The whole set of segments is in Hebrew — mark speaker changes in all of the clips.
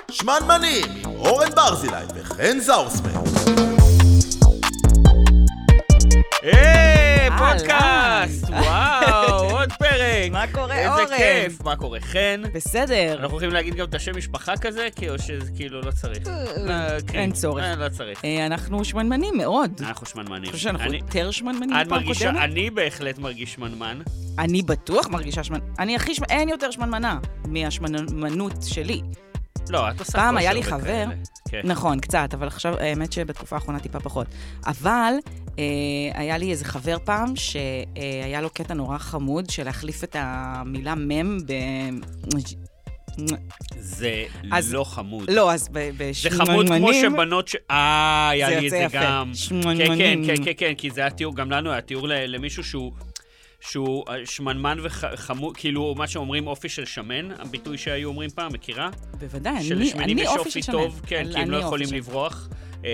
Speaker 1: שמנמנים עם אורן ברזילי וחן זאוסמן.
Speaker 2: היי, פודקאסט! וואו, עוד פרק!
Speaker 3: מה קורה, אורן?
Speaker 2: איזה כיף! מה קורה, חן?
Speaker 3: בסדר.
Speaker 2: אנחנו יכולים להגיד גם את השם משפחה כזה, או שזה כאילו לא צריך?
Speaker 3: אין צורך.
Speaker 2: לא צריך.
Speaker 3: אנחנו שמנמנים מאוד.
Speaker 2: אנחנו שמנמנים.
Speaker 3: אני חושב שאנחנו יותר שמנמנים
Speaker 2: את
Speaker 3: מפעם
Speaker 2: מרגישה,
Speaker 3: קודמת.
Speaker 2: אני בהחלט מרגיש שמנמן.
Speaker 3: אני בטוח מרגישה אני הכי אין יותר שמנמנה מהשמנמנות שלי.
Speaker 2: לא, את עושה
Speaker 3: פעם
Speaker 2: כושר
Speaker 3: היה לי
Speaker 2: וכאלה.
Speaker 3: חבר,
Speaker 2: כן.
Speaker 3: נכון, קצת, אבל עכשיו, האמת שבתקופה האחרונה טיפה פחות. אבל היה לי איזה חבר פעם, שהיה לו קטע נורא חמוד, של להחליף את המילה מם
Speaker 2: זה
Speaker 3: אז-
Speaker 2: לא חמוד.
Speaker 3: לא, אז
Speaker 2: זה
Speaker 3: בשמנמנים...
Speaker 2: חמוד כמו שבנות היה
Speaker 3: זה
Speaker 2: לי את
Speaker 3: יוצא
Speaker 2: זה
Speaker 3: יפה.
Speaker 2: גם.
Speaker 3: שמנמנים.
Speaker 2: כן, כי זה היה תיאור, גם לנו היה תיאור למישהו שהוא שמנמן וחמוד, כאילו מה שאומרים אופי של שמן, הביטוי שהיו אומרים פעם, מכירה?
Speaker 3: בוודאי,
Speaker 2: שלשמנים
Speaker 3: אני
Speaker 2: יש
Speaker 3: אופי
Speaker 2: אופי
Speaker 3: של שמן.
Speaker 2: טוב, כן, כי הם לא
Speaker 3: אני
Speaker 2: יכולים
Speaker 3: אופי של-
Speaker 2: לברוח.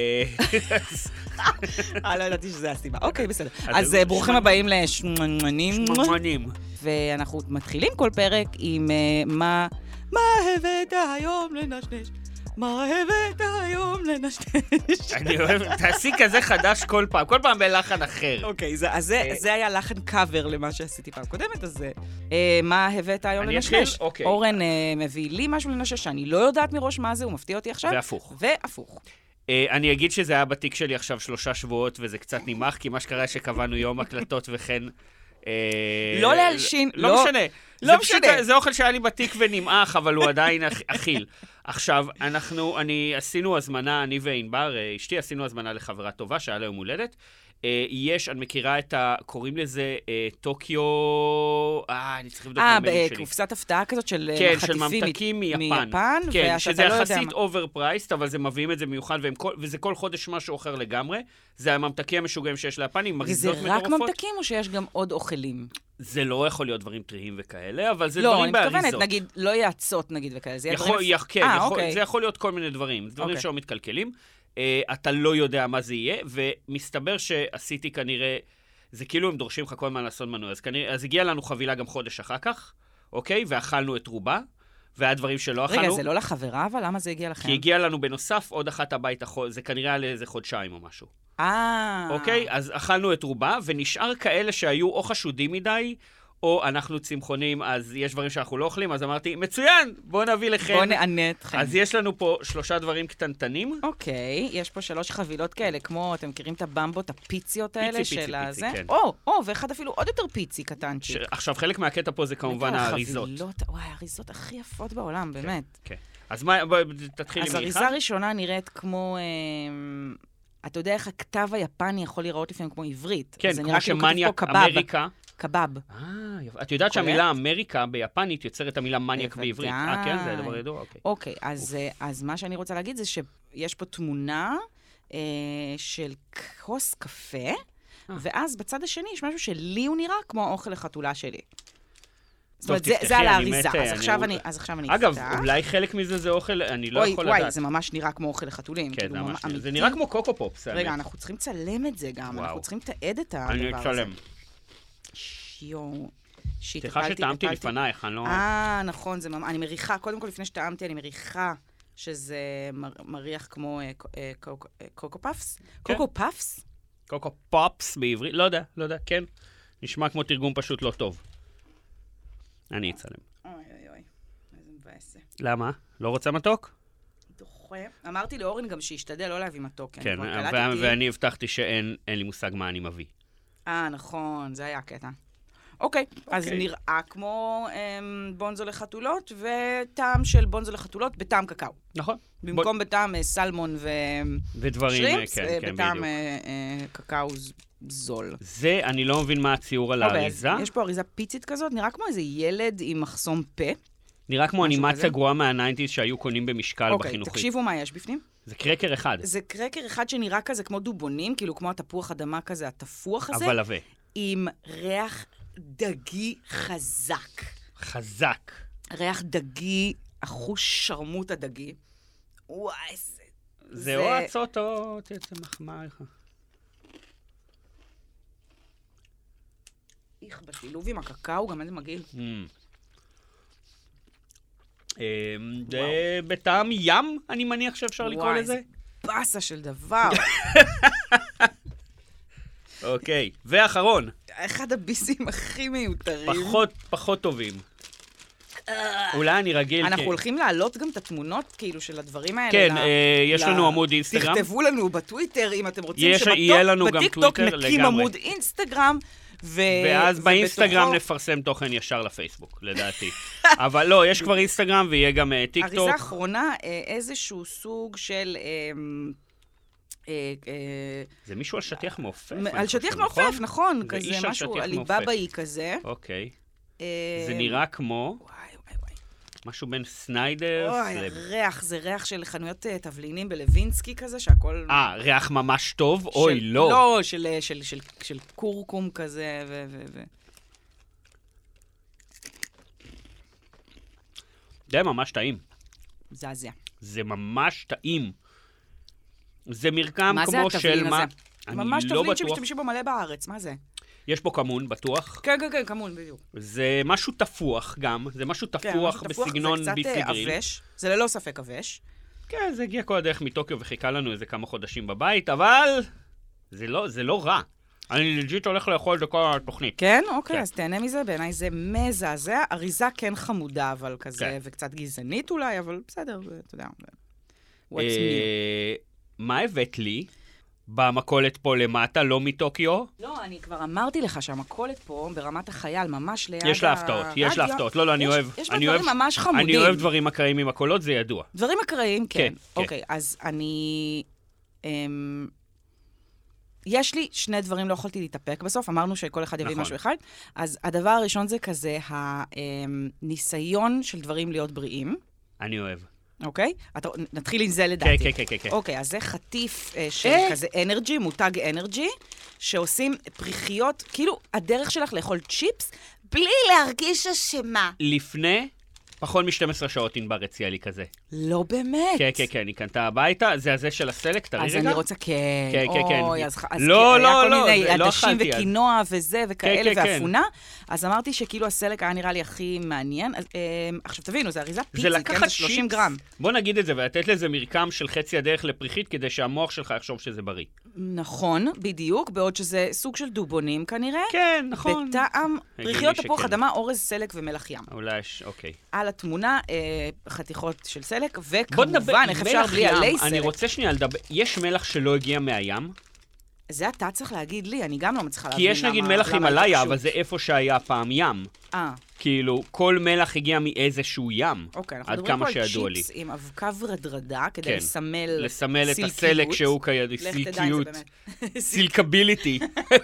Speaker 3: לא ידעתי שזה הסיבה. אוקיי, בסדר.
Speaker 2: אז
Speaker 3: אז
Speaker 2: זה
Speaker 3: ברוכים הבאים לשמנמנים.
Speaker 2: שמנמנים.
Speaker 3: ואנחנו מתחילים כל פרק עם מה הבאת היום לנשנש? מה הבאת היום לנשנש?
Speaker 2: אני אוהב, תעשי כזה חדש כל פעם בלחן אחר.
Speaker 3: אוקיי, אז זה היה לחן קאבר למה שעשיתי פעם קודמת, אז מה הבאת היום
Speaker 2: אני
Speaker 3: לנשנש?
Speaker 2: אתחיל? אוקיי.
Speaker 3: אורן מביא לי משהו לנשנש שאני לא יודעת מראש מה זה, הוא מפתיע אותי עכשיו. והפוך.
Speaker 2: אני אגיד שזה היה בתיק שלי עכשיו 3 שבועות, וזה קצת נימח, כי מה שקרה שקבענו יום הקלטות וכן...
Speaker 3: לא להלשין,
Speaker 2: לא משנה.
Speaker 3: לא
Speaker 2: זה פשוט,
Speaker 3: משנה.
Speaker 2: זה אוכל שהיה לי בתיק ונמעך, אבל הוא עדיין אכיל. עכשיו, עשינו הזמנה, אני וענבר, אשתי, עשינו הזמנה לחברה טובה, שהיה לה יום הולדת. אני מכירה קוראים לזה טוקיו... אני צריך לבדוק במיילים שלי.
Speaker 3: בקופסת הפתעה כזאת של
Speaker 2: כן,
Speaker 3: חטיפים
Speaker 2: של ממתקים מיפן.
Speaker 3: ואתה
Speaker 2: כן,
Speaker 3: לא
Speaker 2: שזה
Speaker 3: יודע
Speaker 2: יחסית
Speaker 3: מה.
Speaker 2: אוברפרייסט, אבל זה מביאים את זה מיוחד, וזה כל חודש משהו אחר לגמרי. זה הממתקים המשוגעים שיש ליפנים,
Speaker 3: וזה
Speaker 2: מריזות
Speaker 3: רק
Speaker 2: מטורפות.
Speaker 3: ממתקים או שיש גם עוד אוכלים?
Speaker 2: זה לא יכול להיות דברים טריים וכאלה, אבל זה
Speaker 3: לא,
Speaker 2: דברים
Speaker 3: אני
Speaker 2: באריזות.
Speaker 3: מתכוונת, נגיד, לא יעצות נגיד וכאלה, זה יהיה
Speaker 2: כן,
Speaker 3: אוקיי.
Speaker 2: זה יכול להיות כל מיני דברים. זה דברים
Speaker 3: אוקיי.
Speaker 2: שלא מתקלקלים. אתה לא יודע מה זה יהיה, ומסתבר שעשיתי כנראה, זה כאילו הם דורשים לך כל הזמן לעשות מנוי, אז הגיעה לנו חבילה גם חודש אחר כך, אוקיי? ואכלנו את רובה, והיה דברים שלא אכלנו.
Speaker 3: רגע, זה לא לחברה, אבל למה זה הגיע לכם?
Speaker 2: כי הגיע לנו בנוסף עוד אחת הביתה, זה כנראה על איזה חודשיים או משהו. אוקיי? אז אכלנו את רובה, ונשאר כאלה שהיו או חשודים מדי, או אנחנו צמחונים, אז יש דברים שאנחנו לא אוכלים, אז אמרתי, מצוין, בואו נביא לכם.
Speaker 3: בואו נענה אתכם.
Speaker 2: אז יש לנו פה 3 דברים קטנטנים.
Speaker 3: אוקיי, יש פה 3 חבילות כאלה, כמו, אתם מכירים את הבמבות, הפיציות האלה
Speaker 2: פיצי,
Speaker 3: של הזה?
Speaker 2: כן.
Speaker 3: ואחד אפילו עוד יותר פיצי קטנצ'יק.
Speaker 2: עכשיו, חלק מהקטע פה זה כמובן האריזות.
Speaker 3: וואי, האריזות הכי יפות בעולם, באמת.
Speaker 2: כן. אז מה, בואי תתחילי
Speaker 3: אז
Speaker 2: מאחד.
Speaker 3: האריזה הראשונה נראית כמו... אתה יודע איך הכתב היפני יכול להיראות לפעמים כמו עברית.
Speaker 2: כן,
Speaker 3: זה
Speaker 2: כמו
Speaker 3: נראה כאילו כתוב
Speaker 2: שמניאק
Speaker 3: פה קבב.
Speaker 2: אמריקה.
Speaker 3: קבב.
Speaker 2: יפה. את יודעת שהמילה אמריקה ביפנית יוצרת המילה מניאק בעברית. כן, זה דבר ידוע, אוקיי.
Speaker 3: אוקיי, אז מה שאני רוצה להגיד זה שיש פה תמונה של כוס קפה, ואז בצד השני יש משהו שלי הוא נראה כמו האוכל לחתולה שלי. זאת אומרת, זה על האריזה, אז עכשיו אני
Speaker 2: אגב, אולי חלק מזה זה אוכל, אני לא יכול לדעת.
Speaker 3: וואי, זה ממש נראה כמו אוכל לחתולים.
Speaker 2: כן, זה נראה כמו קוקו פופס.
Speaker 3: רגע, אנחנו צריכים לצלם את זה גם, אנחנו צריכים לתעד את הדבר
Speaker 2: אני
Speaker 3: הזה.
Speaker 2: אצלם.
Speaker 3: יואו,
Speaker 2: סליחה שטעמתי לפנייך, אני לא...
Speaker 3: נכון, אני מריחה, קודם כל לפני שטעמתי, אני מריחה שזה מריח כמו קוקו פאפס? קוקו פאפס?
Speaker 2: קוקו פופס בעברית, לא יודע, כן. נשמע כמו תרגום פשוט לא טוב. אני אצלם.
Speaker 3: אוי, איזה מבאס.
Speaker 2: למה? לא רוצה מתוק?
Speaker 3: דוחה. אמרתי לאורן גם שישתדל לא להביא מתוק.
Speaker 2: כן, ואני הבטחתי שאין לי מושג מה אני מביא.
Speaker 3: נכון, זה היה הקטע. אוקיי, אז נראה כמו בונזו לחתולות, וטעם של בונזו לחתולות בטעם קקאו.
Speaker 2: נכון.
Speaker 3: במקום בטעם סלמון
Speaker 2: ושרימפס,
Speaker 3: בטעם קקאו זול.
Speaker 2: זה, אני לא מבין מה הציור על האריזה.
Speaker 3: יש פה אריזה פיצית כזאת, נראה כמו איזה ילד עם מחסום פה.
Speaker 2: נראה כמו אנימציה גרועה מה-90s שהיו קונים במשקל בחינוכית.
Speaker 3: אוקיי, תקשיבו מה יש בפנים.
Speaker 2: זה קרקר אחד.
Speaker 3: זה קרקר אחד שנראה כזה כמו דובונים, כאילו כמו התפוח אדמה כזה, התפוח הזה.
Speaker 2: אבל עבה. עם
Speaker 3: ריח דגי חזק.
Speaker 2: חזק.
Speaker 3: ריח דגי, אחוש שרמוט הדגי. וואי,
Speaker 2: זה או עצות או תצא מחמאה לך.
Speaker 3: איך בשילוב עם הקקאו, גם איזה מגעיל.
Speaker 2: זה בטעם ים, אני מניח שאפשר לקרוא לזה.
Speaker 3: וואי, זה בסה של דבר.
Speaker 2: אוקיי, ואחרון.
Speaker 3: אחד הביסים הכי מיותרים.
Speaker 2: פחות טובים. אולי אני רגיל.
Speaker 3: אנחנו הולכים להעלות גם את התמונות, כאילו, של הדברים האלה.
Speaker 2: כן, יש לנו עמוד אינסטגרם.
Speaker 3: תכתבו לנו בטוויטר, אם אתם רוצים
Speaker 2: יהיה לנו גם
Speaker 3: בטיקטוק
Speaker 2: טוויטר
Speaker 3: נקים
Speaker 2: לגמרי.
Speaker 3: עמוד אינסטגרם,
Speaker 2: ואז באינסטגרם נפרסם תוכן ישר לפייסבוק, לדעתי. אבל לא, יש כבר אינסטגרם ויהיה גם טיקטוק.
Speaker 3: אריזה אחרונה, איזשהו סוג של...
Speaker 2: זה מישהו על שטיח מעופף.
Speaker 3: על שטיח מעופף, נכון. כזה משהו עליבאבאי כזה.
Speaker 2: אוקיי. זה נראה כמו... משהו בין סניידר...
Speaker 3: אוי, ריח, זה ריח של חנויות תבלינים בלווינסקי כזה, שהכל...
Speaker 2: ריח ממש טוב? אוי, לא.
Speaker 3: לא, של קורקום כזה,
Speaker 2: זה ממש טעים.
Speaker 3: זעזע.
Speaker 2: זה ממש טעים. זה מרקם כמו של...
Speaker 3: מה זה התבלין הזה?
Speaker 2: אני
Speaker 3: ממש
Speaker 2: לא
Speaker 3: תבלין
Speaker 2: בטוח.
Speaker 3: שמשתמשים בו מלא בארץ, מה זה?
Speaker 2: יש פה כמון, בטוח.
Speaker 3: כן, כמון, בדיוק.
Speaker 2: זה משהו תפוח גם, זה משהו תפוח בסגנון ביסלי גריל.
Speaker 3: זה קצת עבש, זה ללא ספק עבש.
Speaker 2: כן, זה הגיע כל הדרך מטוקיו וחיכה לנו איזה כמה חודשים בבית, אבל זה לא רע. אני לג'יט הולך לאכול את זה כל התוכנית.
Speaker 3: כן? אוקיי, אז תהנה מזה, בעיניי זה מזעזע. אריזה כן חמודה, אבל כזה, וקצת גזענית אולי, אבל בסדר, אתה יודע. What's new?
Speaker 2: מה הבאת לי? במכולת פה למטה, לא מטוקיו?
Speaker 3: לא, אני כבר אמרתי לך שהמכולת פה, ברמת החייל, ממש ליד
Speaker 2: יש לה הפתעות, לא, אני אוהב.
Speaker 3: יש לה דברים ממש חמודים.
Speaker 2: אני אוהב דברים אקראיים ממכולות, זה ידוע.
Speaker 3: דברים אקראיים, כן.
Speaker 2: כן.
Speaker 3: אוקיי, אז אני... יש לי שני דברים, לא יכולתי להתאפק בסוף, אמרנו שכל אחד יביא משהו אחד. אז הדבר הראשון זה כזה, הניסיון של דברים להיות בריאים.
Speaker 2: אני אוהב.
Speaker 3: אוקיי? נתחיל עם זה לדעתי.
Speaker 2: כן.
Speaker 3: אוקיי, אז זה חטיף של כזה אנרג'י, מותג אנרג'י, שעושים פריחיות, כאילו הדרך שלך לאכול צ'יפס, בלי להרגיש אשמה.
Speaker 2: לפני פחות מ-12 שעות ענבר הציעה לי כזה.
Speaker 3: לא באמת.
Speaker 2: כן, היא קנתה הביתה, זה הזה של הסלק, תראי רגע.
Speaker 3: אז אני רוצה, כן.
Speaker 2: אוי,
Speaker 3: אז
Speaker 2: לא,
Speaker 3: היה כל מיני
Speaker 2: לא
Speaker 3: עדשים
Speaker 2: אכלתי.
Speaker 3: וקינוע וזה וכאלה
Speaker 2: כן.
Speaker 3: ואפונה. אז אמרתי שכאילו הסלק היה נראה לי הכי מעניין. עכשיו תבינו, זה אריזה פיצי, כן, זה 30 גרם.
Speaker 2: בוא נגיד את זה, ולתת לזה מרקם של חצי הדרך לפריחית, כדי שהמוח שלך יחשוב שזה בריא.
Speaker 3: נכון, בדיוק, בעוד שזה סוג של דובונים כנראה.
Speaker 2: כן, נכון.
Speaker 3: בטעם פריחיות תפוח אדמה, אורז, סלק ומלח ים.
Speaker 2: אולי, אוקיי.
Speaker 3: על התמונה, חתיכות של סלק, וכמובן, איך אפשר בלי עלי סלק.
Speaker 2: אני רוצה שנייה לדבר, יש מלח שלא הגיע מהים?
Speaker 3: זה אתה צריך להגיד לי, אני גם לא מצליחה
Speaker 2: להבין למה. כי יש נגיד מלח הימלאיה, אבל זה איפה שהיה פעם ים. כאילו, כל מלח הגיע מאיזשהו ים.
Speaker 3: אוקיי, אנחנו מדברים פה על צ'יפס עם אבקה ורדרדה, כדי
Speaker 2: לסמל את הסלק שהוא כידוע, סילקיות. סילקביליטי.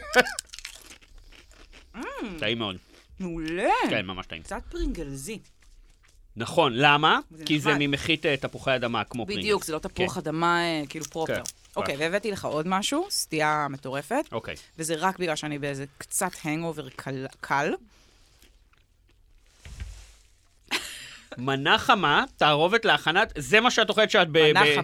Speaker 2: טעים מאוד.
Speaker 3: מעולה.
Speaker 2: כן, ממש טעים.
Speaker 3: קצת פרינגלזי.
Speaker 2: נכון, למה? כי זה ממחית תפוחי אדמה, כמו פרינגלס.
Speaker 3: בדיוק, זה לא תפוח אדמה כאילו פרופר. אוקיי, והבאתי לך עוד משהו, סטייה מטורפת.
Speaker 2: אוקיי.
Speaker 3: וזה רק בגלל שאני באיזה קצת הנגאובר קל.
Speaker 2: מנה חמה, תערובת להכנת, זה מה שאת אוכלת שאת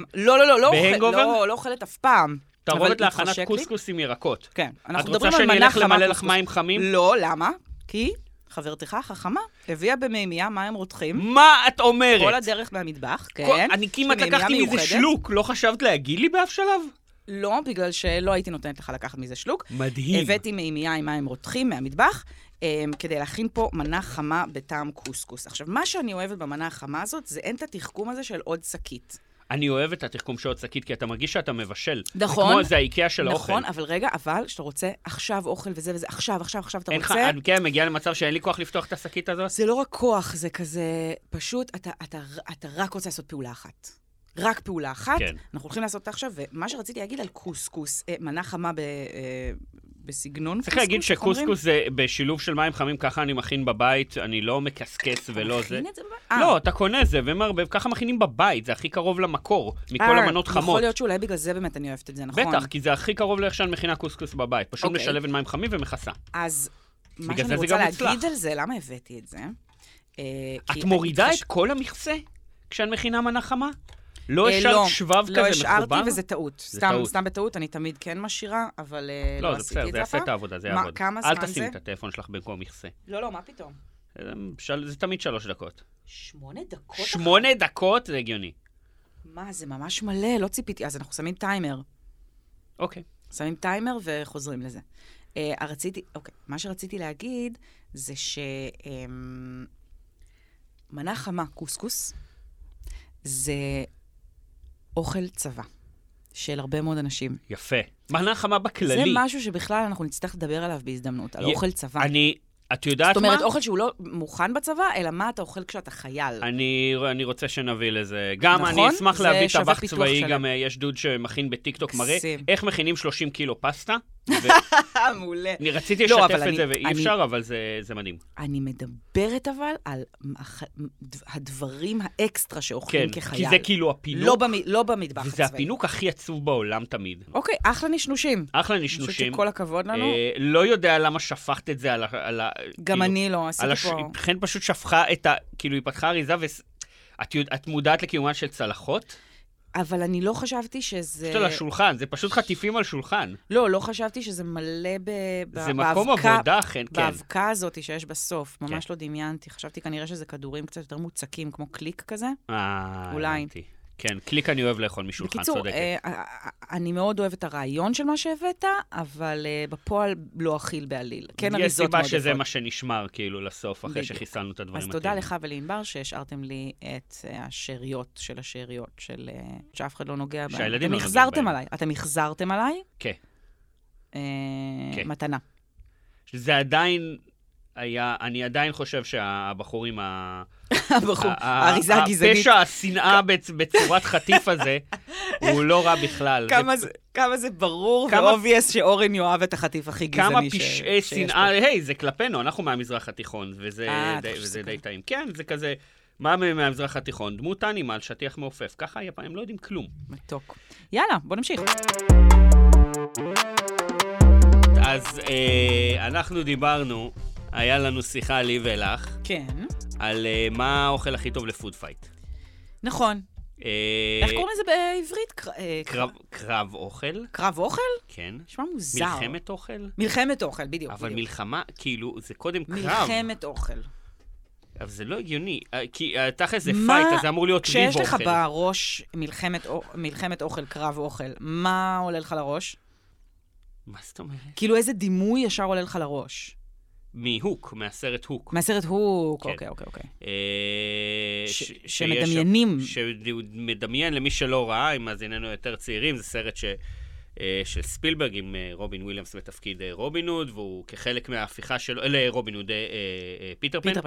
Speaker 3: לא אוכלת אף פעם.
Speaker 2: תערובת להכנת קוסקוס עם ירקות.
Speaker 3: כן.
Speaker 2: את רוצה שאני אלך למלא לך מים חמים?
Speaker 3: לא, למה? כי חברתך החכמה הביאה במימייה מים רותחים.
Speaker 2: מה את אומרת?
Speaker 3: כל הדרך מהמטבח, כן.
Speaker 2: אני כמעט לקחתי מזה שלוק, לא חשבת להגיד לי באף שלב?
Speaker 3: לא, בגלל שלא הייתי נותנת לך לקחת מזה שלוק.
Speaker 2: מדהים.
Speaker 3: הבאתי מימייה עם מים רותחים מהמטבח, כדי להכין פה מנה חמה בטעם קוסקוס. עכשיו, מה שאני אוהבת במנה החמה הזאת, זה אין את התחכום הזה של עוד שקית.
Speaker 2: אני אוהב את התחכום של עוד שקית, כי אתה מרגיש שאתה מבשל.
Speaker 3: נכון.
Speaker 2: כמו זה האיקאה של האוכל.
Speaker 3: נכון, אבל רגע, שאתה רוצה עכשיו אוכל וזה, עכשיו, אתה רוצה...
Speaker 2: כן, מגיע למצב שאין לי כוח לפתוח את השקית הזאת?
Speaker 3: זה לא רק כוח, זה כזה... פשוט, אתה רק רוצה לעשות פעולה אחת. רק פעולה אחת.
Speaker 2: כן.
Speaker 3: אנחנו הולכים לעשות אותה עכשיו, ומה שרציתי להגיד על קוסקוס, מנה חמה בסגנון קוסקוס.
Speaker 2: צריך להגיד שקוסקוס זה בשילוב של מים חמים, ככה אני מכין בבית, אני לא מקסקס ולא זה.
Speaker 3: מכין את זה בבית?
Speaker 2: לא, אתה קונה זה ומערבב, ככה מכינים בבית, זה הכי קרוב למקור, מכל המנות חמות.
Speaker 3: יכול להיות שאולי בגלל זה באמת אני אוהבת את זה, נכון?
Speaker 2: בטח, כי זה הכי קרוב לאיך שאני מכינה קוסקוס בבית, פשוט משלב עם מים חמים ומכסה.
Speaker 3: אז מה שאני רוצה להגיד על זה, למה הבאתי את זה?
Speaker 2: את מורידה את כל המכסה כשאת מכינה מנה חמה? לא השארת שבב כזה מחובר?
Speaker 3: לא השארתי וזה טעות. סתם בטעות, אני תמיד כן משאירה, אבל לא עשיתי את זה.
Speaker 2: לא, זה יעשה את העבודה, זה יעבוד.
Speaker 3: כמה זמן זה?
Speaker 2: אל תשימי את הטלפון שלך במקום מכסה.
Speaker 3: לא, מה פתאום?
Speaker 2: זה תמיד 3 דקות.
Speaker 3: 8 דקות?
Speaker 2: 8 דקות זה הגיוני.
Speaker 3: מה, זה ממש מלא, לא ציפיתי. אז אנחנו שמים טיימר.
Speaker 2: אוקיי.
Speaker 3: שמים טיימר וחוזרים לזה. מה שרציתי להגיד זה מנה חמה, קוסקוס, זה אוכל צבא של הרבה מאוד אנשים.
Speaker 2: יפה. מנה חמה בכללי.
Speaker 3: זה משהו שבכלל אנחנו נצטרך לדבר עליו בהזדמנות, על אוכל צבא.
Speaker 2: את יודעת מה?
Speaker 3: זאת אומרת, אוכל שהוא לא מוכן בצבא, אלא מה אתה אוכל כשאתה חייל.
Speaker 2: אני רוצה שנביא לזה. גם אני אשמח להביא טבח צבאי, גם יש דוד שמכין בטיקטוק מראה, איך מכינים 30 קילו פסטה.
Speaker 3: מעולה.
Speaker 2: אני רציתי לשתף את זה ואי אפשר, אבל זה מדהים.
Speaker 3: אני מדברת אבל על הדברים האקסטרה שאוכלים כחייל.
Speaker 2: כי זה כאילו הפינוק.
Speaker 3: לא במטבח הצבאי.
Speaker 2: וזה הפינוק הכי עצוב בעולם תמיד.
Speaker 3: אוקיי, אחלה נשנושים.
Speaker 2: אחלה נשנושים.
Speaker 3: אני חושבת שכל הכבוד לנו.
Speaker 2: לא יודע למה שפכת את זה על
Speaker 3: גם אני לא, עשיתי פה.
Speaker 2: לכן פשוט שפכה כאילו היא פתחה אריזה, את מודעת לקיומן של צלחות?
Speaker 3: אבל אני לא חשבתי שזה...
Speaker 2: על השולחן, זה פשוט חטיפים על שולחן.
Speaker 3: לא חשבתי שזה מלא
Speaker 2: זה מקום עבודה, כן.
Speaker 3: באבקה הזאת שיש בסוף, ממש לא דמיינתי. חשבתי כנראה שזה כדורים קצת יותר מוצקים, כמו קליק כזה. אולי.
Speaker 2: כן, קליק אני אוהב לאכול משולחן, צודקת.
Speaker 3: בקיצור, אני מאוד אוהבת הרעיון של מה שהבאת, אבל בפועל לא אכיל בעליל. כן,
Speaker 2: יש סיבה שזה מה שנשמר, כאילו, לסוף, אחרי שחיסלנו את הדברים.
Speaker 3: אז תודה לך ולענבר שהשארתם לי את השאריות של שאף אחד לא נוגע בהם.
Speaker 2: שהילדים לא נוגעים בהם.
Speaker 3: אתם החזרתם עליי?
Speaker 2: כן.
Speaker 3: מתנה.
Speaker 2: זה עדיין היה, אני עדיין חושב שהבחורים
Speaker 3: האריזה הגזענית.
Speaker 2: הפשע, השנאה בצורת חטיף הזה, הוא לא רע בכלל.
Speaker 3: כמה זה ברור ואובייס שאורן יאהב את החטיף הכי גזעני שיש פה.
Speaker 2: כמה פשעי שנאה, היי, זה כלפינו, אנחנו מהמזרח התיכון, וזה די טעים. כן, זה כזה, מה מהמזרח התיכון? דמות אנימל, שטיח מעופף. ככה הם לא יודעים כלום.
Speaker 3: מתוק. יאללה, בוא נמשיך.
Speaker 2: אז אנחנו דיברנו, היה לנו שיחה לי ולך.
Speaker 3: כן.
Speaker 2: על מה האוכל הכי טוב לפוד פייט.
Speaker 3: נכון. איך קוראים לזה בעברית?
Speaker 2: קרב אוכל.
Speaker 3: קרב אוכל?
Speaker 2: כן.
Speaker 3: נשמע מוזר.
Speaker 2: מלחמת אוכל?
Speaker 3: מלחמת אוכל, בדיוק.
Speaker 2: אבל מלחמה, כאילו, זה קודם קרב.
Speaker 3: מלחמת אוכל.
Speaker 2: אבל זה לא הגיוני, כי תכף זה פייט, אז זה אמור להיות ריב אוכל.
Speaker 3: כשיש לך בראש מלחמת אוכל, קרב אוכל, מה עולה לך לראש?
Speaker 2: מה זאת אומרת?
Speaker 3: כאילו איזה דימוי ישר עולה לך לראש?
Speaker 2: מהוק, מהסרט הוק.
Speaker 3: מהסרט הוק, אוקיי. שמדמיינים.
Speaker 2: שמדמיין למי שלא ראה, אם אז איננו יותר צעירים, זה סרט של ספילברג עם רובין וויליאמס בתפקיד רובין הוד, והוא כחלק מההפיכה שלו, רובין הוד, פיטר פן.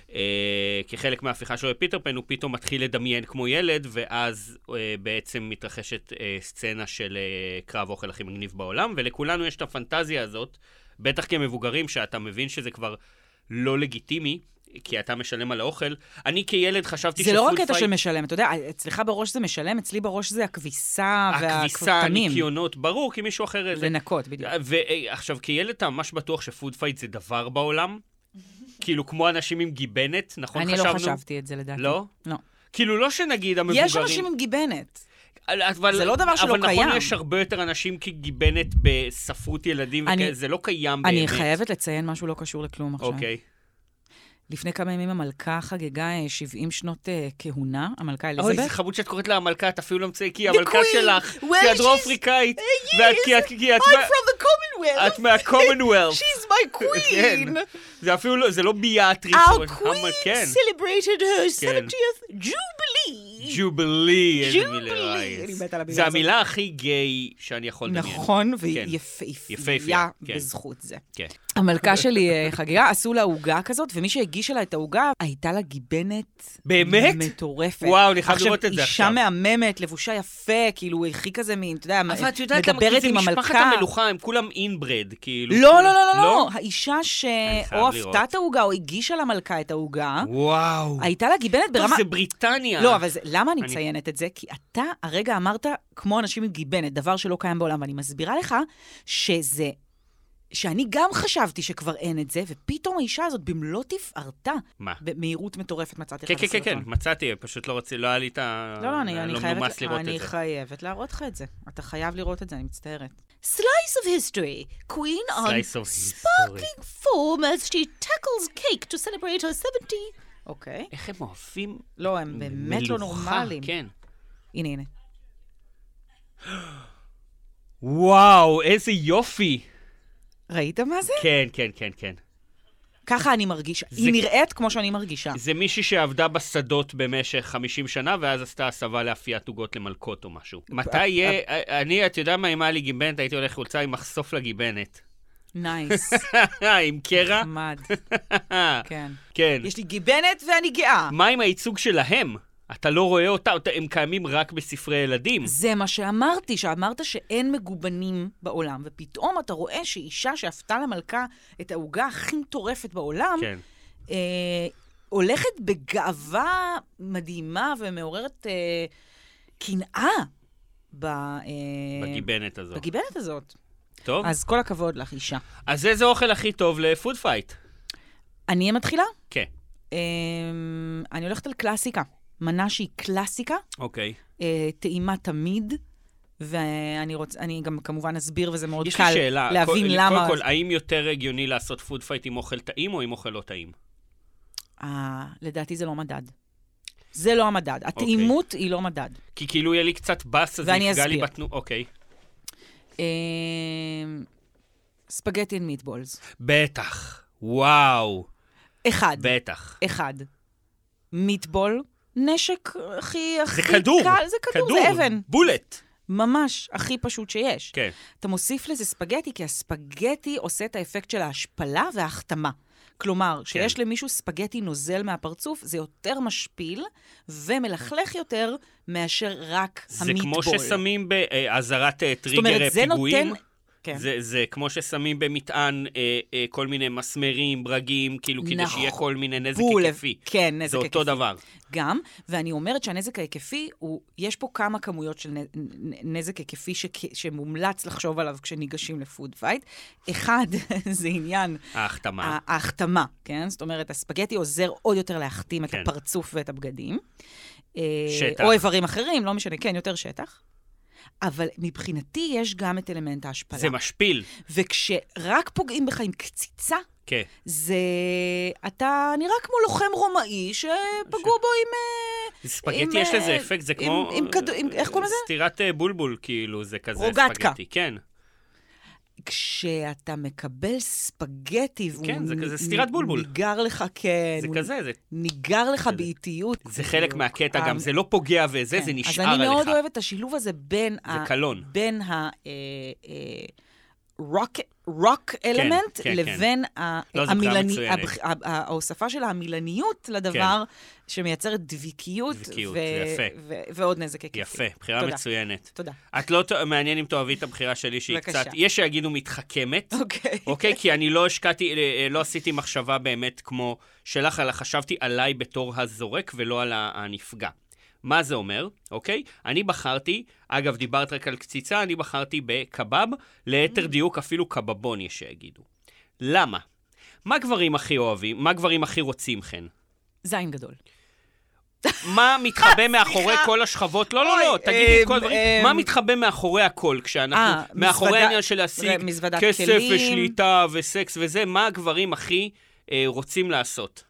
Speaker 2: כחלק מההפיכה שלו לפיטר פן, הוא פתאום מתחיל לדמיין כמו ילד, ואז בעצם מתרחשת סצנה של קרב אוכל הכי מגניב בעולם, ולכולנו יש את הפנטזיה הזאת, בטח כמבוגרים, שאתה מבין שזה כבר לא לגיטימי, כי אתה משלם על האוכל. אני כילד חשבתי
Speaker 3: זה לא רק קטע של משלם, אתה יודע, אצלך בראש זה משלם, אצלי בראש זה הכביסה והכפתנים.
Speaker 2: הכביסה, הניקיונות, ברור, כי מישהו אחר...
Speaker 3: לנקות, בדיוק.
Speaker 2: ועכשיו, כילד אתה ממש בטוח שפוד פייט זה דבר בעולם, כאילו כמו אנשים עם גיבנת, נכון חשבנו?
Speaker 3: אני לא חשבתי את זה לדעתי.
Speaker 2: לא?
Speaker 3: לא.
Speaker 2: כאילו לא שנגיד המבוגרים...
Speaker 3: יש אנשים עם גיבנת.
Speaker 2: זה
Speaker 3: לא דבר שלא קיים.
Speaker 2: אבל נכון, יש הרבה יותר אנשים כגיבנת בספרות ילדים, זה לא קיים באמת.
Speaker 3: אני חייבת לציין משהו לא קשור לכלום עכשיו.
Speaker 2: אוקיי.
Speaker 3: לפני כמה ימים המלכה חגגה 70 שנות כהונה, המלכה אליזבת.
Speaker 2: אוי, זה חמוד שאת קוראת לה המלכה, את אפילו לא מצאי, כי המלכה שלך, כי את דרום-אפריקאית.
Speaker 3: I'm from the Commonwealth.
Speaker 2: את מה-Commonwealth.
Speaker 3: She's my queen.
Speaker 2: זה אפילו לא, זה לא ביאטריס.
Speaker 3: Our queen celebrated her 70th jubilee.
Speaker 2: ג'ובלי, איזה מילה. זה המילה הכי גיי שאני יכול לדמיין.
Speaker 3: נכון, והיא יפהפייה בזכות זה. המלכה שלי חגגה, עשו לה עוגה כזאת, ומי שהגישה לה את העוגה, הייתה לה גיבנת
Speaker 2: באמת?
Speaker 3: מטורפת.
Speaker 2: וואו, אני חייב לראות את זה עכשיו.
Speaker 3: אישה מהממת, לבושה יפה, כאילו, הכי כזה מין, אתה יודע,
Speaker 2: אבל את יודעת למה, כי זה משפחת המלוכה, הם כולם אינברד, כאילו.
Speaker 3: לא, האישה שאו עפתה את העוגה, או הגישה למלכה את העוגה,
Speaker 2: וואו.
Speaker 3: הייתה לה גיבנת ברמה...
Speaker 2: טוב, זה בריטניה.
Speaker 3: לא, אבל למה אני מציינת את זה? כי אתה הרגע אמרת, כמו אנשים עם גיבנת, דבר שלא קיים בעולם, ואני מסבירה לך שזה... שאני גם חשבתי שכבר אין את זה, ופתאום האישה הזאת במלוא תפארתה.
Speaker 2: מה?
Speaker 3: במהירות מטורפת מצאתי
Speaker 2: לך בסרטון. כן, מצאתי, פשוט לא היה לי את ה...
Speaker 3: לא, אני חייבת להראות לך את זה. אתה חייב לראות את זה, אני מצטערת.
Speaker 4: Slice of history. Queen on
Speaker 2: Slice of history.
Speaker 4: sparkling form as she tackles cake to celebrate her 70.
Speaker 3: אוקיי.
Speaker 2: איך הם אוהבים
Speaker 3: לא, הם באמת לא נורמליים.
Speaker 2: כן.
Speaker 3: הנה, הנה.
Speaker 2: וואו, איזה יופי.
Speaker 3: ראית מה זה?
Speaker 2: כן, כן, כן, כן.
Speaker 3: ככה אני מרגישה. היא נראית כמו שאני מרגישה.
Speaker 2: זה מישהי שעבדה בשדות במשך 50 שנה, ואז עשתה הסבה להפיית עוגות למלכות או משהו. מתי יהיה... אתה יודע מה, אם היה לי גיבנת, הייתי הולך רוצה עם מחשוף לגיבנת.
Speaker 3: נייס.
Speaker 2: עם קרע?
Speaker 3: חמד. כן.
Speaker 2: כן.
Speaker 3: יש לי גיבנת ואני גאה.
Speaker 2: מה עם הייצוג שלהם? אתה לא רואה אותה, הם קיימים רק בספרי ילדים.
Speaker 3: זה מה שאמרתי, שאמרת שאין מגובנים בעולם, ופתאום אתה רואה שאישה שהפתה למלכה את העוגה הכי מטורפת בעולם,
Speaker 2: כן.
Speaker 3: הולכת בגאווה מדהימה ומעוררת קנאה
Speaker 2: בגיבנת הזאת.
Speaker 3: בגיבנת הזאת.
Speaker 2: טוב.
Speaker 3: אז כל הכבוד לך, אישה.
Speaker 2: אז איזה אוכל הכי טוב לפוד פייט?
Speaker 3: אני מתחילה?
Speaker 2: כן.
Speaker 3: אני הולכת על קלאסיקה. מנה שהיא קלאסיקה.
Speaker 2: אוקיי.
Speaker 3: טעימה תמיד. ואני גם כמובן אסביר, וזה מאוד
Speaker 2: יש
Speaker 3: קל
Speaker 2: לי שאלה,
Speaker 3: להבין למה.
Speaker 2: קודם כל, האם יותר הגיוני לעשות פוד פייט עם אוכל טעים או עם אוכל לא טעים?
Speaker 3: לדעתי זה לא מדד. זה לא המדד. הטעימות היא לא מדד.
Speaker 2: כי כאילו יהיה לי קצת בס, אז נפגע לי בתנו... אוקיי.
Speaker 3: ספגטי and מיטבולס.
Speaker 2: בטח. וואו.
Speaker 3: אחד.
Speaker 2: בטח.
Speaker 3: אחד. מיטבול, נשק הכי
Speaker 2: זה כדור.
Speaker 3: קל. זה כדור, זה אבן.
Speaker 2: בולט.
Speaker 3: ממש הכי פשוט שיש.
Speaker 2: כן.
Speaker 3: אתה מוסיף לזה ספגטי, כי הספגטי עושה את האפקט של ההשפלה וההחתמה. כלומר, שיש למישהו ספגטי נוזל מהפרצוף, זה יותר משפיל ומלכלך יותר מאשר רק המיטבול.
Speaker 2: זה כמו ששמים בעזרת טריגר פיגועים.
Speaker 3: כן.
Speaker 2: זה כמו ששמים במטען כל מיני מסמרים, ברגים, כאילו כדי שיהיה כל מיני נזק היקפי.
Speaker 3: כן, נזק היקפי.
Speaker 2: זה אותו דבר.
Speaker 3: גם, ואני אומרת שהנזק ההיקפי, יש פה כמה כמויות של נזק היקפי שמומלץ לחשוב עליו כשניגשים לפוד פייט. אחד, זה עניין...
Speaker 2: ההחתמה.
Speaker 3: ההחתמה, כן? זאת אומרת, הספגטי עוזר עוד יותר להחתים את הפרצוף ואת הבגדים.
Speaker 2: שטח.
Speaker 3: או איברים אחרים, לא משנה, כן, יותר שטח. אבל מבחינתי יש גם את אלמנט ההשפלה.
Speaker 2: זה משפיל.
Speaker 3: וכשרק פוגעים בך עם קציצה,
Speaker 2: כן.
Speaker 3: אתה נראה כמו לוחם רומאי שפגעו בו עם...
Speaker 2: ספגטי יש לזה אפקט, זה כמו...
Speaker 3: איך קוראים לזה?
Speaker 2: סטירת בולבול, כאילו, זה כזה
Speaker 3: רוגטקה.
Speaker 2: ספגטי, כן.
Speaker 3: כשאתה מקבל ספגטי,
Speaker 2: כן, זה כזה סטירת בולבול.
Speaker 3: ניגר לך, כן.
Speaker 2: זה כזה, זה...
Speaker 3: ניגר לך באיטיות.
Speaker 2: זה חלק מהקטע גם, זה לא פוגע וזה, זה נשאר עליך.
Speaker 3: אז אני מאוד אוהבת את השילוב הזה בין
Speaker 2: זה קלון.
Speaker 3: בין רוק אלמנט לבין ההוספה של המילניות לדבר שמייצרת דביקיות ועוד נזק היקפי.
Speaker 2: יפה, בחירה מצוינת.
Speaker 3: תודה.
Speaker 2: את לא מעניין אם תאהבי את הבחירה שלי שהיא קצת, יש שיגידו מתחכמת, אוקיי? כי אני לא השקעתי, לא עשיתי מחשבה באמת כמו שלך, אלא חשבתי עליי בתור הזורק ולא על הנפגע. מה זה אומר, אוקיי? אני בחרתי, אגב, דיברת רק על קציצה, אני בחרתי בקבב, ליתר דיוק אפילו קבבון יש שיגידו. למה? מה גברים הכי אוהבים? מה גברים הכי רוצים, חן?
Speaker 3: זין גדול.
Speaker 2: מה מתחבא מאחורי כל השכבות? לא, תגידי את כל הדברים. מה מתחבא מאחורי הכל, כשאנחנו, מאחורי העניין של להשיג כסף ושליטה וסקס וזה, מה הגברים הכי רוצים לעשות?